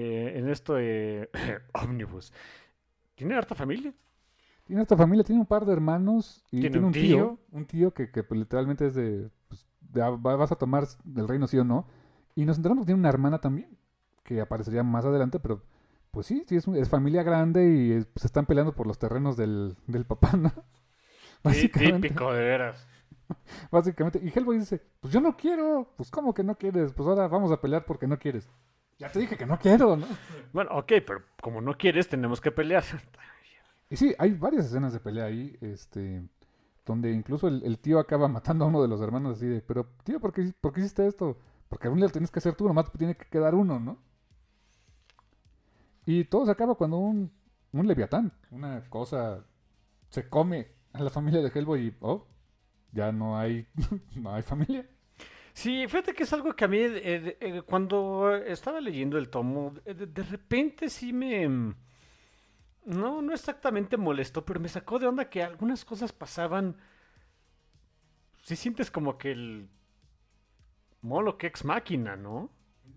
Omnibus. Tiene harta familia. Tiene esta familia, tiene un par de hermanos y ¿Tiene tiene un tío? un tío que pues, literalmente es de, pues, vas a tomar el reino sí o no. Y nos enteramos que tiene una hermana también, que aparecería más adelante, pero pues sí, es familia grande y se están peleando por los terrenos del papá, ¿no? Sí, típico, de veras. Básicamente, y Hellboy dice, pues yo no quiero, pues ¿cómo que no quieres? Pues ahora vamos a pelear porque no quieres. Ya te dije que no quiero, ¿no? Bueno, ok, pero como no quieres, tenemos que pelear. Y sí, hay varias escenas de pelea ahí, donde incluso el tío acaba matando a uno de los hermanos así de, pero tío, por qué hiciste esto? Porque algún día lo tienes que hacer tú, nomás tiene que quedar uno, ¿no? Y todo se acaba cuando un leviatán, una cosa, se come a la familia de Hellboy y, ya no hay, no hay familia. Sí, fíjate que es algo que a mí, cuando estaba leyendo el tomo, de repente sí me... No exactamente molestó, pero me sacó de onda que algunas cosas pasaban. Si sientes como que el Moloch ex máquina, ¿no?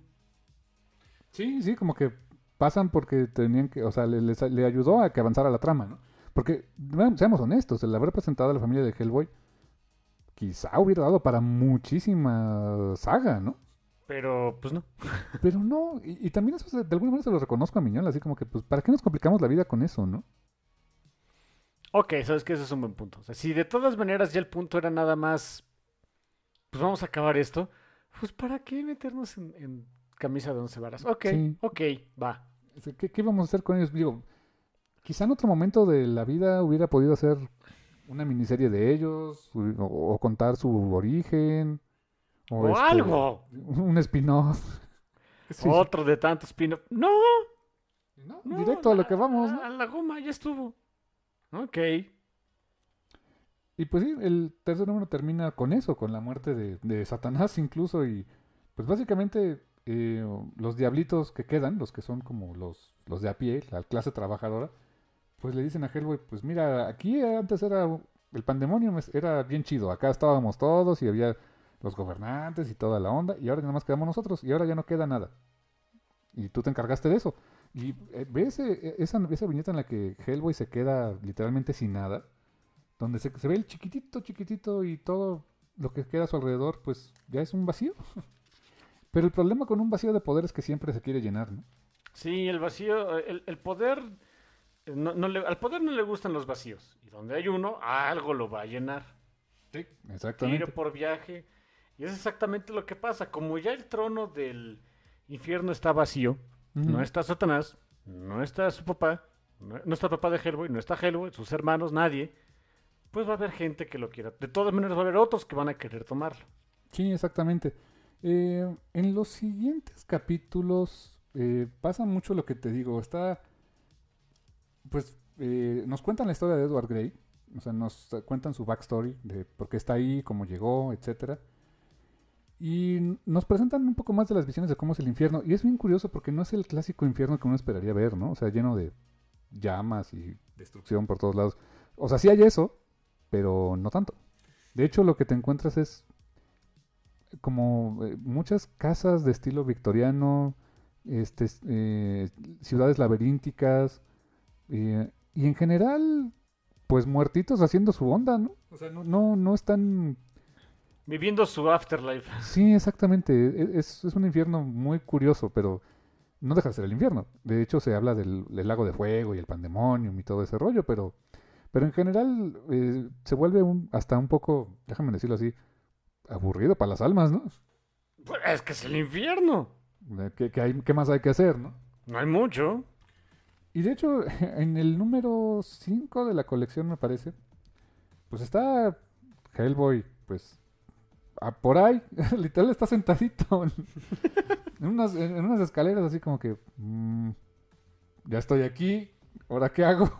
Sí, como que pasan porque tenían que, o sea, le ayudó a que avanzara la trama, ¿no? Porque, seamos honestos, el haber presentado a la familia de Hellboy quizá hubiera dado para muchísima saga, ¿no? Pero, pues no. Pero no, y también eso de alguna manera se lo reconozco a Miñola, así como que, pues, ¿para qué nos complicamos la vida con eso, no? Ok, sabes que ese es un buen punto. O sea, si de todas maneras ya el punto era nada más, pues vamos a acabar esto, pues ¿para qué meternos en camisa de 11 varas? Ok, Sí. ok, va. ¿Qué vamos a hacer con ellos? Digo, quizá en otro momento de la vida hubiera podido hacer una miniserie de ellos, o contar su origen, O algo. un spin-off. Sí. Otro de tantos pino. No, No, no, directo a lo que vamos, ¿no? A la goma, ya estuvo. Ok. Y pues sí, el tercer número termina con eso, con la muerte de Satanás incluso, y pues básicamente los diablitos que quedan, los que son como los de a pie, la clase trabajadora, pues le dicen a Hellboy, pues mira, aquí antes era el pandemonium, era bien chido, acá estábamos todos y había los gobernantes y toda la onda, y ahora nada más quedamos nosotros, y ahora ya no queda nada. Y tú te encargaste de eso. Y ves esa viñeta en la que Hellboy se queda literalmente sin nada, donde se ve el chiquitito y todo lo que queda a su alrededor, pues ya es un vacío. Pero el problema con un vacío de poder es que siempre se quiere llenar, ¿no? Sí, el vacío, el poder, al poder no le gustan los vacíos. Y donde hay uno, algo lo va a llenar. Sí, exactamente. Tiro por viaje. Y es exactamente lo que pasa. Como ya el trono del infierno está vacío, no está Satanás, no está su papá, no está el papá de Hellboy, no está Hellboy, sus hermanos, nadie, pues va a haber gente que lo quiera. De todas maneras va a haber otros que van a querer tomarlo. Sí, exactamente. En los siguientes capítulos pasa mucho lo que te digo. Nos cuentan la historia de Edward Grey. O sea, nos cuentan su backstory de por qué está ahí, cómo llegó, etcétera. Y nos presentan un poco más de las visiones de cómo es el infierno. Y es bien curioso porque no es el clásico infierno que uno esperaría ver, ¿no? O sea, lleno de llamas y destrucción por todos lados. O sea, sí hay eso, pero no tanto. De hecho, lo que te encuentras es como muchas casas de estilo victoriano, ciudades laberínticas, y en general, pues muertitos haciendo su onda, ¿no? O sea, no están... Viviendo su afterlife. Sí, exactamente. Es un infierno muy curioso, pero no deja de ser el infierno. De hecho, se habla del lago de fuego y el pandemonium y todo ese rollo, pero en general se vuelve hasta un poco, déjame decirlo así, aburrido para las almas, ¿no? Pues es que es el infierno. ¿Qué más hay que hacer, no? No hay mucho. Y de hecho, en el número 5 de la colección, me parece, pues está Hellboy, pues, por ahí, literal está sentadito en unas escaleras, así como que, ya estoy aquí, ¿ahora qué hago?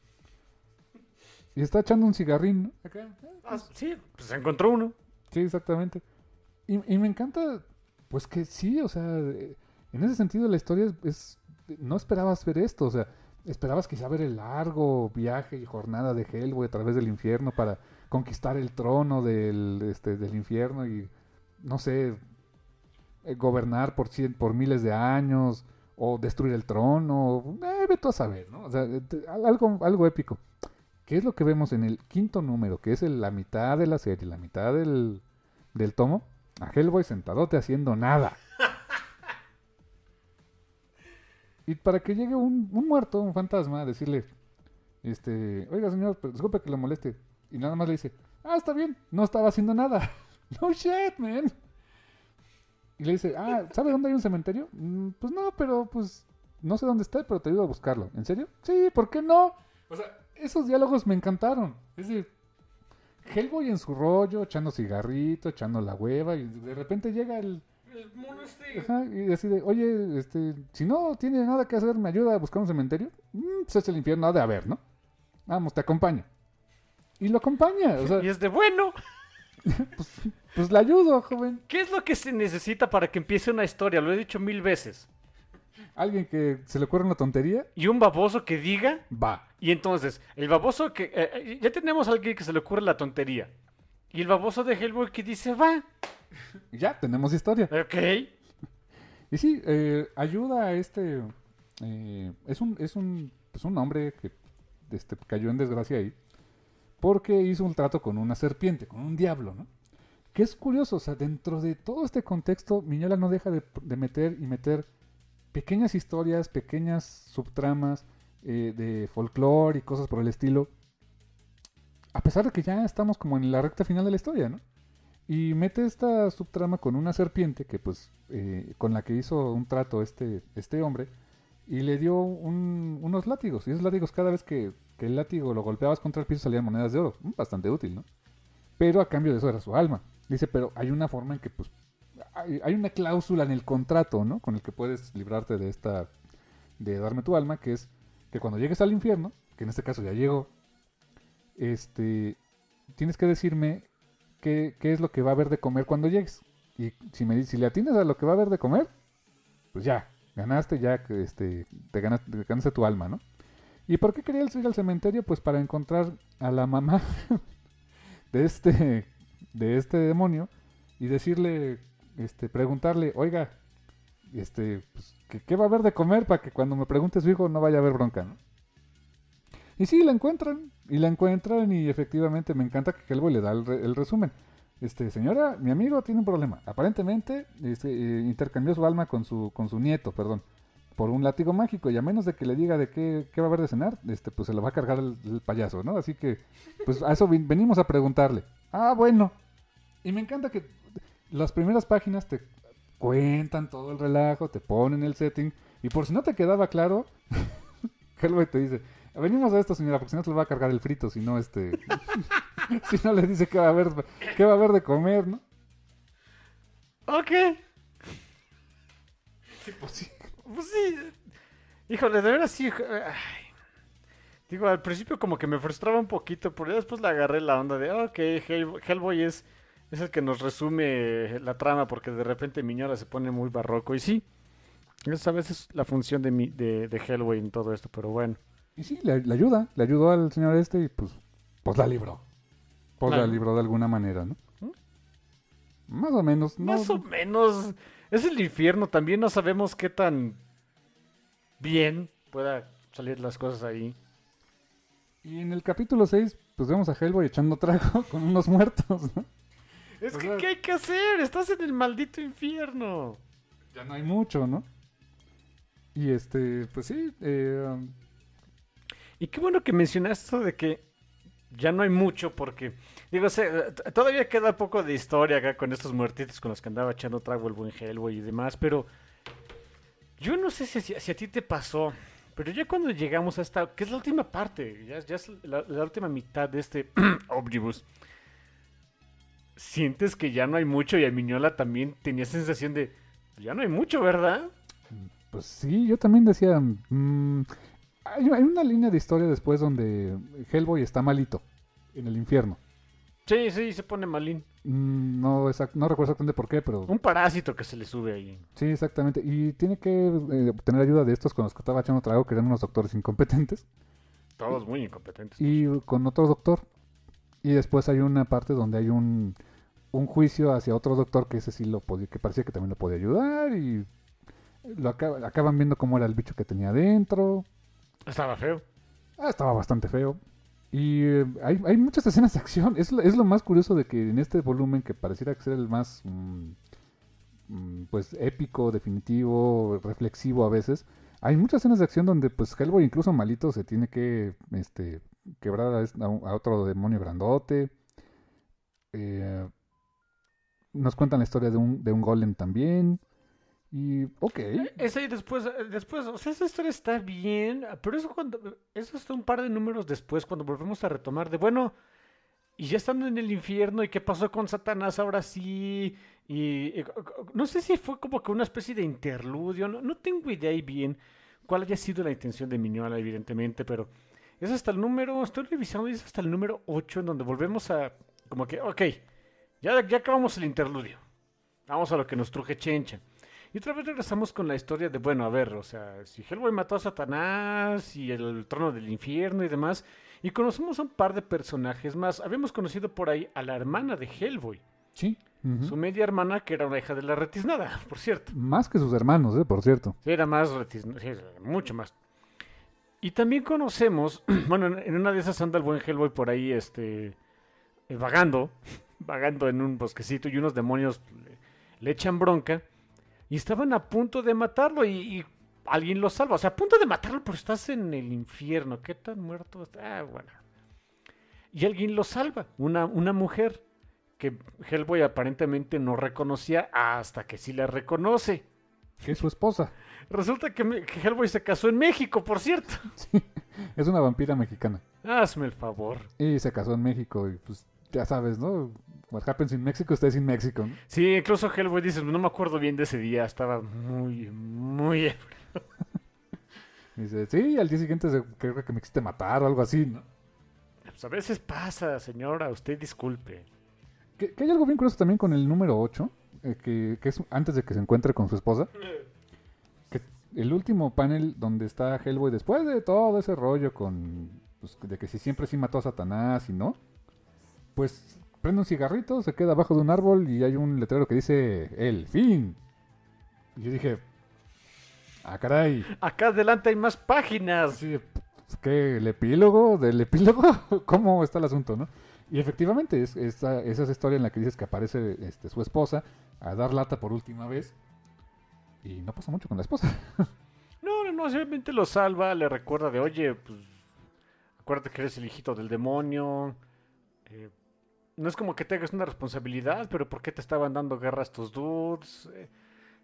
Y está echando un cigarrín, ¿no? Acá. Sí, pues se encontró uno. Sí, exactamente. Y me encanta, pues que sí, o sea, en ese sentido la historia no esperabas ver esto, o sea, esperabas quizá ver el largo viaje y jornada de Hellboy a través del infierno para conquistar el trono del infierno y, no sé, gobernar por miles de años o destruir el trono, vete a saber, ¿no? O sea, algo épico. ¿Qué es lo que vemos en el quinto número? Que es la mitad de la serie, la mitad del tomo. A Hellboy sentadote haciendo nada. Y para que llegue un muerto, un fantasma, a decirle, oiga señor, disculpe que lo moleste. Y nada más le dice, está bien, no estaba haciendo nada. No shit, man. Y le dice, ¿sabe dónde hay un cementerio? Pues no, pero pues no sé dónde está, pero te ayudo a buscarlo. ¿En serio? Sí, ¿por qué no? O sea, esos diálogos me encantaron. Es decir, Hellboy en su rollo, echando cigarrito, echando la hueva, y de repente llega el mono Ajá, y decide, oye, si no tiene nada que hacer, ¿me ayuda a buscar un cementerio? Pues es el infierno, ha de haber, ¿no? Vamos, te acompaño. Y lo acompaña, o sea... Y es de bueno. pues le ayudo, joven. ¿Qué es lo que se necesita para que empiece una historia? Lo he dicho 1000 veces. Alguien que se le ocurre una tontería. Y un baboso que diga. Va. Y entonces, el baboso que... ya tenemos a alguien que se le ocurre la tontería. Y el baboso de Hellboy que dice, va. Ya, tenemos historia. Ok. Y sí, ayuda a es un hombre que cayó en desgracia ahí. Porque hizo un trato con una serpiente, con un diablo, ¿no? Que es curioso, o sea, dentro de todo este contexto, Miñola no deja de meter pequeñas historias, pequeñas subtramas de folclore y cosas por el estilo. A pesar de que ya estamos como en la recta final de la historia, ¿no? Y mete esta subtrama con una serpiente que pues con la que hizo un trato este hombre y le dio unos látigos. Y esos látigos cada vez que el látigo lo golpeabas contra el piso salían monedas de oro. Bastante útil, ¿no? Pero a cambio de eso era su alma. Dice, pero hay una forma en que pues hay una cláusula en el contrato, ¿no? Con el que puedes librarte de darme tu alma, que es que cuando llegues al infierno, que en este caso ya llegó, tienes que decirme qué es lo que va a haber de comer cuando llegues. Y si le atiendes a lo que va a haber de comer, pues ya, ganaste, ya te ganaste tu alma, ¿no? ¿Y por qué quería ir al cementerio? Pues para encontrar a la mamá de este demonio y decirle, preguntarle, oiga, pues, ¿qué va a haber de comer para que cuando me pregunte su hijo no vaya a haber bronca, ¿no? Y sí, la encuentran y efectivamente me encanta que Hellboy le da el resumen. Señora, mi amigo tiene un problema. Aparentemente intercambió su alma con su nieto, por un látigo mágico, y a menos de que le diga de qué va a haber de cenar, pues se lo va a cargar el payaso, ¿no? Así que, pues a eso venimos a preguntarle. Bueno. Y me encanta que las primeras páginas te cuentan todo el relajo, te ponen el setting, y por si no te quedaba claro, Hellboy te dice, venimos a esto, señora, porque si no se le va a cargar el frito, si no, si no le dice qué va a haber de comer, ¿no? Ok. Sí, pues sí. Pues sí. Híjole, de veras sí. Ay. Digo, al principio como que me frustraba un poquito, pero ya después le agarré la onda de, ok, Hellboy es el que nos resume la trama, porque de repente Miñola se pone muy barroco. Y sí, esa vez es la función de Hellboy en todo esto, pero bueno. Y sí, le ayudó al señor y pues la libró. Pues la Claro. libró de alguna manera, ¿no? ¿Mm? Más o menos, ¿no? Más o menos. Es el infierno, también no sabemos qué tan bien pueda salir las cosas ahí. Y en el capítulo 6, pues vemos a Hellboy echando trago con unos muertos, ¿no? Es O que, sea, ¿qué hay que hacer? Estás en el maldito infierno. ya no hay mucho, ¿no? Y pues sí, Y qué bueno que mencionaste eso de que ya no hay mucho, porque, digo, todavía queda un poco de historia acá con estos muertitos con los que andaba echando trago el buen Hellboy y demás, pero yo no sé si a ti te pasó, pero ya cuando llegamos a esta, que es la última parte, ya es la última mitad de este ómnibus, sientes que ya no hay mucho y a Miñola también tenía sensación de, ya no hay mucho, ¿verdad? pues sí, yo también decía, hay una línea de historia después donde Hellboy está malito en el infierno. Sí, sí, se pone malín. No, no recuerdo exactamente por qué, pero Un parásito que se le sube ahí. sí, exactamente. Y tiene que obtener ayuda de estos con los que estaba echando trago, que eran unos doctores incompetentes, Todos muy incompetentes. y con otro doctor. Y después hay una parte donde hay un juicio hacia otro doctor que ese sí que parecía que también lo podía ayudar, y acaban viendo cómo era el bicho que tenía adentro. Estaba feo. Estaba bastante feo. Y hay muchas escenas de acción. Es lo más curioso de que en este volumen, que pareciera ser el más pues épico, definitivo, reflexivo a veces, hay muchas escenas de acción donde pues Hellboy, incluso malito, se tiene que quebrar a otro demonio grandote. Nos cuentan la historia de un golem también. Y ok. Esa y después, o sea, esa historia está bien, pero eso está un par de números después, cuando volvemos a retomar de, bueno, y ya estando en el infierno, ¿y qué pasó con Satanás ahora sí? No sé si fue como que una especie de interludio, no tengo idea ahí bien cuál haya sido la intención de Miñola, evidentemente, pero es hasta el número, estoy revisando, y es hasta el número 8 en donde volvemos a, como que, ok, ya acabamos el interludio, vamos a lo que nos truje Chencha. Y otra vez regresamos con la historia de, bueno, a ver, o sea, si Hellboy mató a Satanás y el trono del infierno y demás, y conocemos a un par de personajes más. Habíamos conocido por ahí a la hermana de Hellboy, Sí. Ujú. su media hermana, que era una hija de la retiznada, por cierto. Más que sus hermanos, por cierto. Sí, era más retiznada, sí, mucho más. Y también conocemos, bueno, en una de esas anda el buen Hellboy por ahí, vagando, vagando en un bosquecito, y unos demonios le echan bronca. Y estaban a punto de matarlo y alguien lo salva. O sea, a punto de matarlo, pero estás en el infierno. ¿Qué tan muerto está? Bueno. Y alguien lo salva. Una mujer que Hellboy aparentemente no reconocía hasta que sí la reconoce. Que es su esposa. Resulta que Hellboy se casó en México, por cierto. Es una vampira mexicana. Hazme el favor. Y se casó en México. Y pues ya sabes, ¿no? What happens in Mexico stays in Mexico, ¿no? Sí, incluso Hellboy dice, no me acuerdo bien de ese día. Estaba muy, muy... Y dice, sí, al día siguiente creo que me quisiste matar o algo así, ¿no? Pues a veces pasa, señora. Usted disculpe. Que hay algo bien curioso también con el número 8, que es antes de que se encuentre con su esposa. Que el último panel donde está Hellboy, después de todo ese rollo pues, de que si siempre sí mató a Satanás y no, pues prende un cigarrito, se queda abajo de un árbol y hay un letrero que dice el fin. Y yo dije, caray. Acá adelante hay más páginas. Así de, ¿qué? ¿El epílogo? ¿Del epílogo? ¿Cómo está el asunto, no? Y efectivamente, esa es esa historia en la que dices que aparece su esposa a dar lata por última vez. Y no pasa mucho con la esposa. No, simplemente lo salva, le recuerda de, oye, pues, acuérdate que eres el hijito del demonio. No es como que tengas una responsabilidad, pero ¿por qué te estaban dando guerra a estos dudes?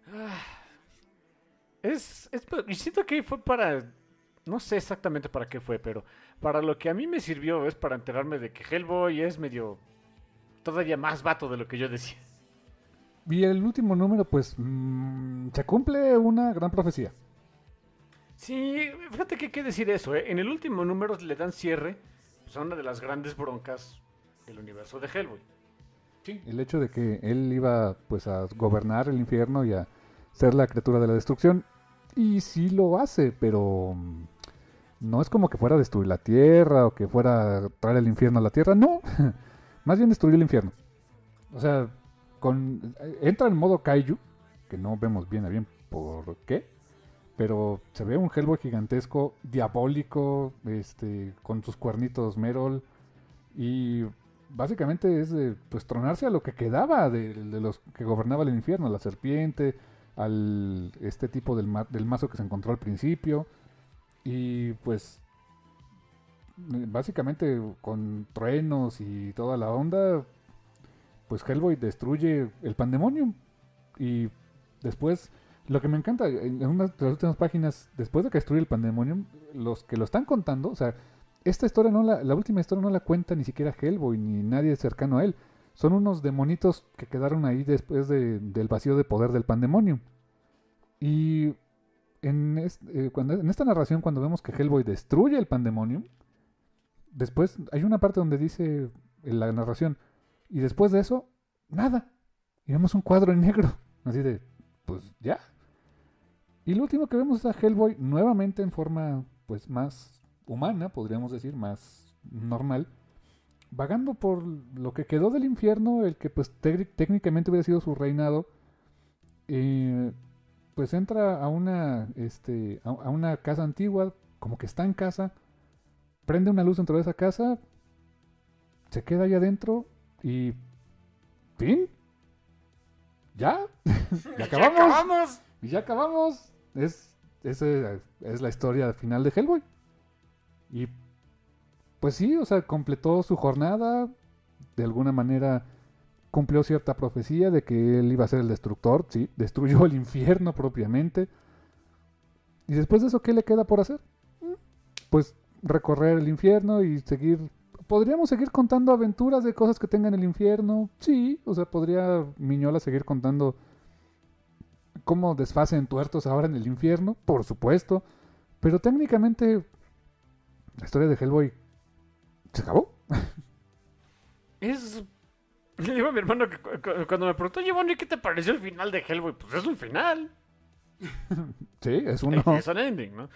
Y siento que fue para... No sé exactamente para qué fue, pero para lo que a mí me sirvió es para enterarme de que Hellboy es medio... Todavía más vato de lo que yo decía. Y el último número, pues, se cumple una gran profecía. Sí, fíjate que hay que decir eso, ¿eh? En el último número le dan cierre pues, a una de las grandes broncas del universo de Hellboy. Sí. El hecho de que él iba, pues, a gobernar el infierno y a ser la criatura de la destrucción. Y sí lo hace, pero no es como que fuera a destruir la tierra o que fuera a traer el infierno a la tierra. No, más bien destruyó el infierno. O sea, entra en modo kaiju, que no vemos bien a bien por qué, pero se ve un Hellboy gigantesco, diabólico, con sus cuernitos Merol, y básicamente es de pues tronarse a lo que quedaba de los que gobernaba el infierno, a la serpiente, al tipo del mazo que se encontró al principio, y pues básicamente con truenos y toda la onda, pues Hellboy destruye el Pandemonium. Y después, lo que me encanta, en una de las últimas páginas, después de que destruye el Pandemonium, los que lo están contando, o sea, esta historia la última historia no la cuenta ni siquiera Hellboy, ni nadie cercano a él. Son unos demonitos que quedaron ahí después del vacío de poder del Pandemonium. Y en esta narración, cuando vemos que Hellboy destruye el Pandemonium, después hay una parte donde dice en la narración, y después de eso, nada. Y vemos un cuadro en negro. Así de, pues ya. Y lo último que vemos es a Hellboy nuevamente en forma, pues más humana, podríamos decir, más normal. Vagando por lo que quedó del infierno, el que pues técnicamente hubiera sido su reinado. Pues entra a una casa antigua, como que está en casa. Prende una luz dentro de esa casa. Se queda ahí adentro. Y... ¿fin? ¿Ya? ¿Ya acabamos? ¡Ya acabamos! Y ya acabamos. Esa es la historia final de Hellboy. Y... pues sí, o sea, completó su jornada. De alguna manera cumplió cierta profecía de que él iba a ser el destructor. Sí, destruyó el infierno propiamente. Y después de eso, ¿qué le queda por hacer? Pues recorrer el infierno y seguir... ¿Podríamos seguir contando aventuras de cosas que tengan el infierno? Sí, o sea, podría Miñola seguir contando cómo desfacen tuertos ahora en el infierno, por supuesto. Pero técnicamente la historia de Hellboy se acabó. Le digo a mi hermano que cuando me preguntó, oye, bueno, ¿y qué te pareció el final de Hellboy? Pues es un final. Sí, es uno. Es un ending, ¿no?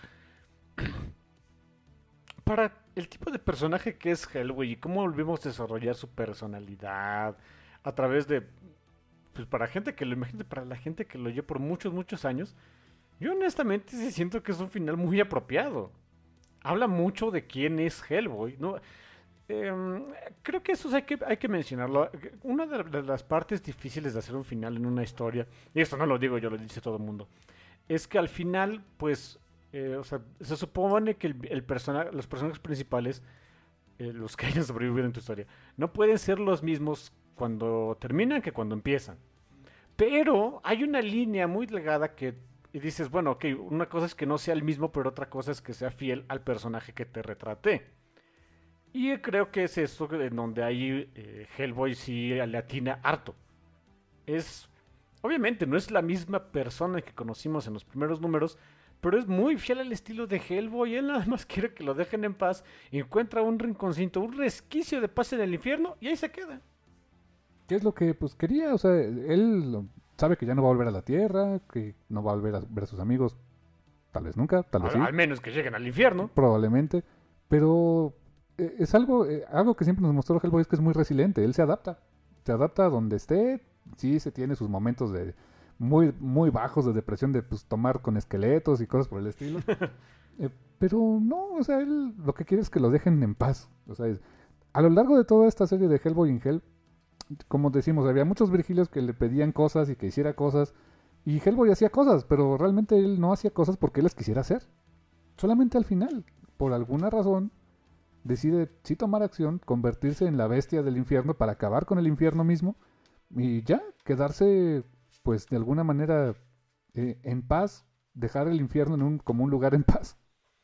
Para el tipo de personaje que es Hellboy y cómo volvimos a desarrollar su personalidad a través de... Pues para gente que lo imagine, para la gente que lo oyó por muchos, muchos años, yo honestamente sí siento que es un final muy apropiado. Habla mucho de quién es Hellboy, ¿no? Creo que eso hay que mencionarlo. Una de las partes difíciles de hacer un final en una historia, y esto no lo digo yo, lo dice todo el mundo, es que al final, pues, o sea, se supone que los personajes principales, los que hayan sobrevivido en tu historia, no pueden ser los mismos cuando terminan que cuando empiezan. Pero hay una línea muy delgada que y dices, bueno, ok, una cosa es que no sea el mismo, pero otra cosa es que sea fiel al personaje que te retraté. Y creo que es esto en donde ahí Hellboy sí le atina harto. Obviamente, no es la misma persona que conocimos en los primeros números, pero es muy fiel al estilo de Hellboy. Él nada más quiere que lo dejen en paz, encuentra un rinconcito, un resquicio de paz en el infierno y ahí se queda. ¿Qué es lo que pues quería? O sea, él sabe que ya no va a volver a la Tierra, que no va a volver a ver a sus amigos, tal vez nunca, tal vez sí. Al menos que lleguen al infierno. Probablemente, pero es algo que siempre nos mostró Hellboy, es que es muy resiliente, él se adapta a donde esté, sí se tiene sus momentos de muy, muy bajos de depresión, de pues tomar con esqueletos y cosas por el estilo, pero no, o sea, él lo que quiere es que lo dejen en paz, o sea, a lo largo de toda esta serie de Hellboy in Hell, como decimos, había muchos Virgilios que le pedían cosas y que hiciera cosas, y Hellboy hacía cosas, pero realmente él no hacía cosas porque él las quisiera hacer, solamente al final, por alguna razón, decide sí tomar acción, convertirse en la bestia del infierno para acabar con el infierno mismo y ya, quedarse pues de alguna manera en paz, dejar el infierno como un lugar en paz.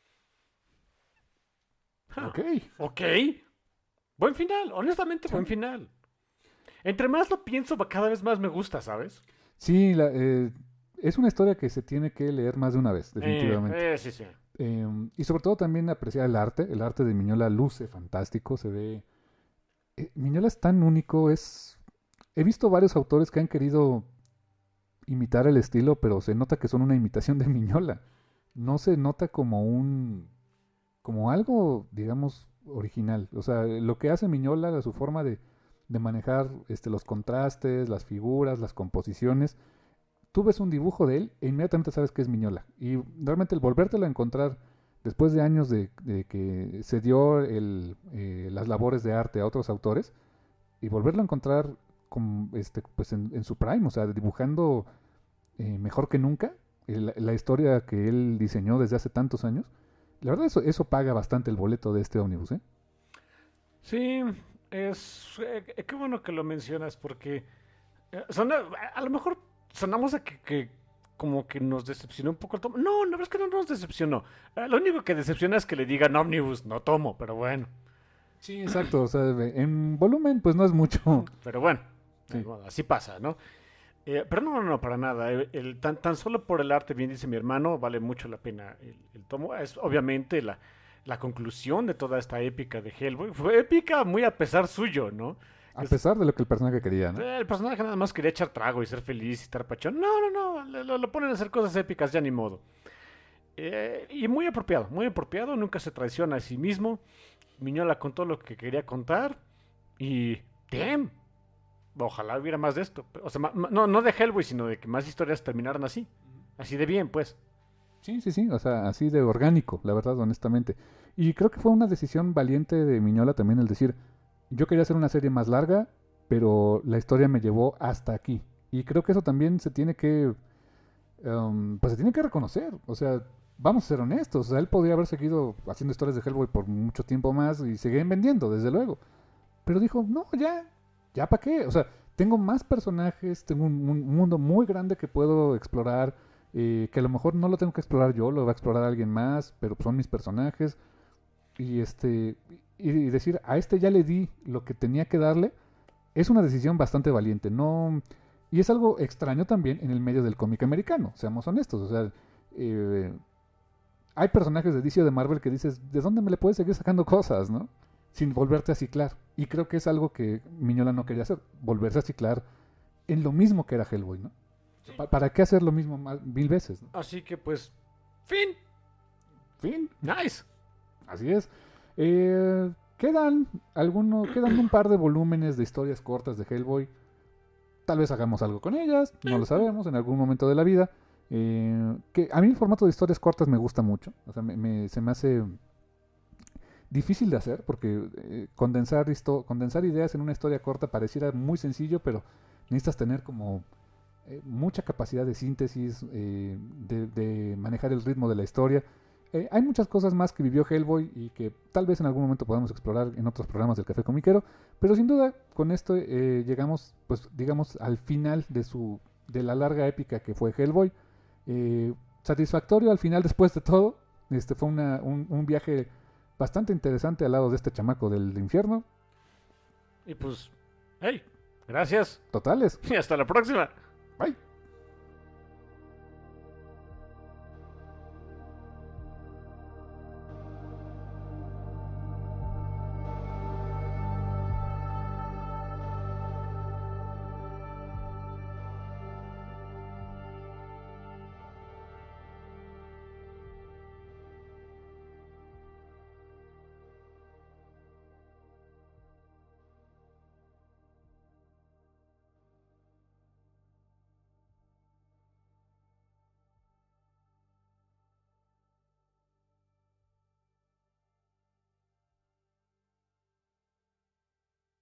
Ok. Ok. Buen final, honestamente, buen final. Entre más lo pienso, cada vez más me gusta, ¿sabes? Sí, es una historia que se tiene que leer más de una vez, definitivamente. Sí, sí. Y sobre todo también apreciar el arte. El arte de Miñola luce fantástico, se ve... Miñola es tan único, He visto varios autores que han querido imitar el estilo, pero se nota que son una imitación de Miñola. No se nota como algo, digamos, original. O sea, lo que hace Miñola, su forma de manejar los contrastes, las figuras, las composiciones. Tú ves un dibujo de él e inmediatamente sabes que es Miñola. Y realmente el volvértelo a encontrar después de años de que se dio las labores de arte a otros autores, y volverlo a encontrar pues en su prime, o sea, dibujando mejor que nunca la historia que él diseñó desde hace tantos años. La verdad, eso paga bastante el boleto de este ómnibus, ¿eh? Sí, qué bueno que lo mencionas porque a lo mejor sonamos a que como que nos decepcionó un poco el tomo. No, la verdad es que no nos decepcionó. Lo único que decepciona es que le digan ómnibus, no tomo, pero bueno. Sí, exacto. O sea, en volumen, pues no es mucho. Pero bueno, Sí. así pasa, ¿no? Pero no, para nada. Tan solo por el arte, bien dice mi hermano, vale mucho la pena el tomo. Es obviamente la conclusión de toda esta épica de Hellboy. Fue épica muy a pesar suyo, ¿no? A pesar de lo que el personaje quería, ¿no? El personaje nada más quería echar trago y ser feliz y estar pachón. No, lo ponen a hacer cosas épicas, ya ni modo. Y muy apropiado, nunca se traiciona a sí mismo. Miñola contó lo que quería contar y... ¡Damn! Ojalá hubiera más de esto. O sea, no de Hellboy, sino de que más historias terminaran así. Así de bien, pues. Sí, o sea, así de orgánico, la verdad, honestamente. Y creo que fue una decisión valiente de Miñola también el decir, yo quería hacer una serie más larga, pero la historia me llevó hasta aquí. Y creo que eso también se tiene que, pues se tiene que reconocer. O sea, vamos a ser honestos. O sea, él podría haber seguido haciendo historias de Hellboy por mucho tiempo más y seguir vendiendo, desde luego. Pero dijo, no, ya para qué. O sea, tengo más personajes, tengo un mundo muy grande que puedo explorar, que a lo mejor no lo tengo que explorar yo, lo va a explorar alguien más, pero son mis personajes. Y y decir, a este ya le di lo que tenía que darle, es una decisión bastante valiente. No, y es algo extraño también en el medio del cómic americano, seamos honestos. O sea, hay personajes de DC o de Marvel que dices, ¿de dónde me le puedes seguir sacando cosas, no? Sin volverte a ciclar. Y creo que es algo que Miñola no quería hacer, volverse a ciclar en lo mismo que era Hellboy, ¿no? Sí. ¿Para qué hacer lo mismo mil veces, ¿no? Así que pues, fin. Nice. Así es. Quedan un par de volúmenes de historias cortas de Hellboy. Tal vez hagamos algo con ellas, no lo sabemos, en algún momento de la vida. Que a mí el formato de historias cortas me gusta mucho. O sea, se me hace difícil de hacer porque condensar ideas en una historia corta pareciera muy sencillo, pero necesitas tener como mucha capacidad de síntesis, de manejar el ritmo de la historia. Hay muchas cosas más que vivió Hellboy y que tal vez en algún momento podamos explorar en otros programas del Café Comiquero, pero sin duda con esto llegamos, pues digamos, al final de la larga épica que fue Hellboy. Satisfactorio al final después de todo. Fue un viaje bastante interesante al lado de este chamaco del infierno. Y pues, hey, gracias. Totales. Y hasta la próxima. Bye.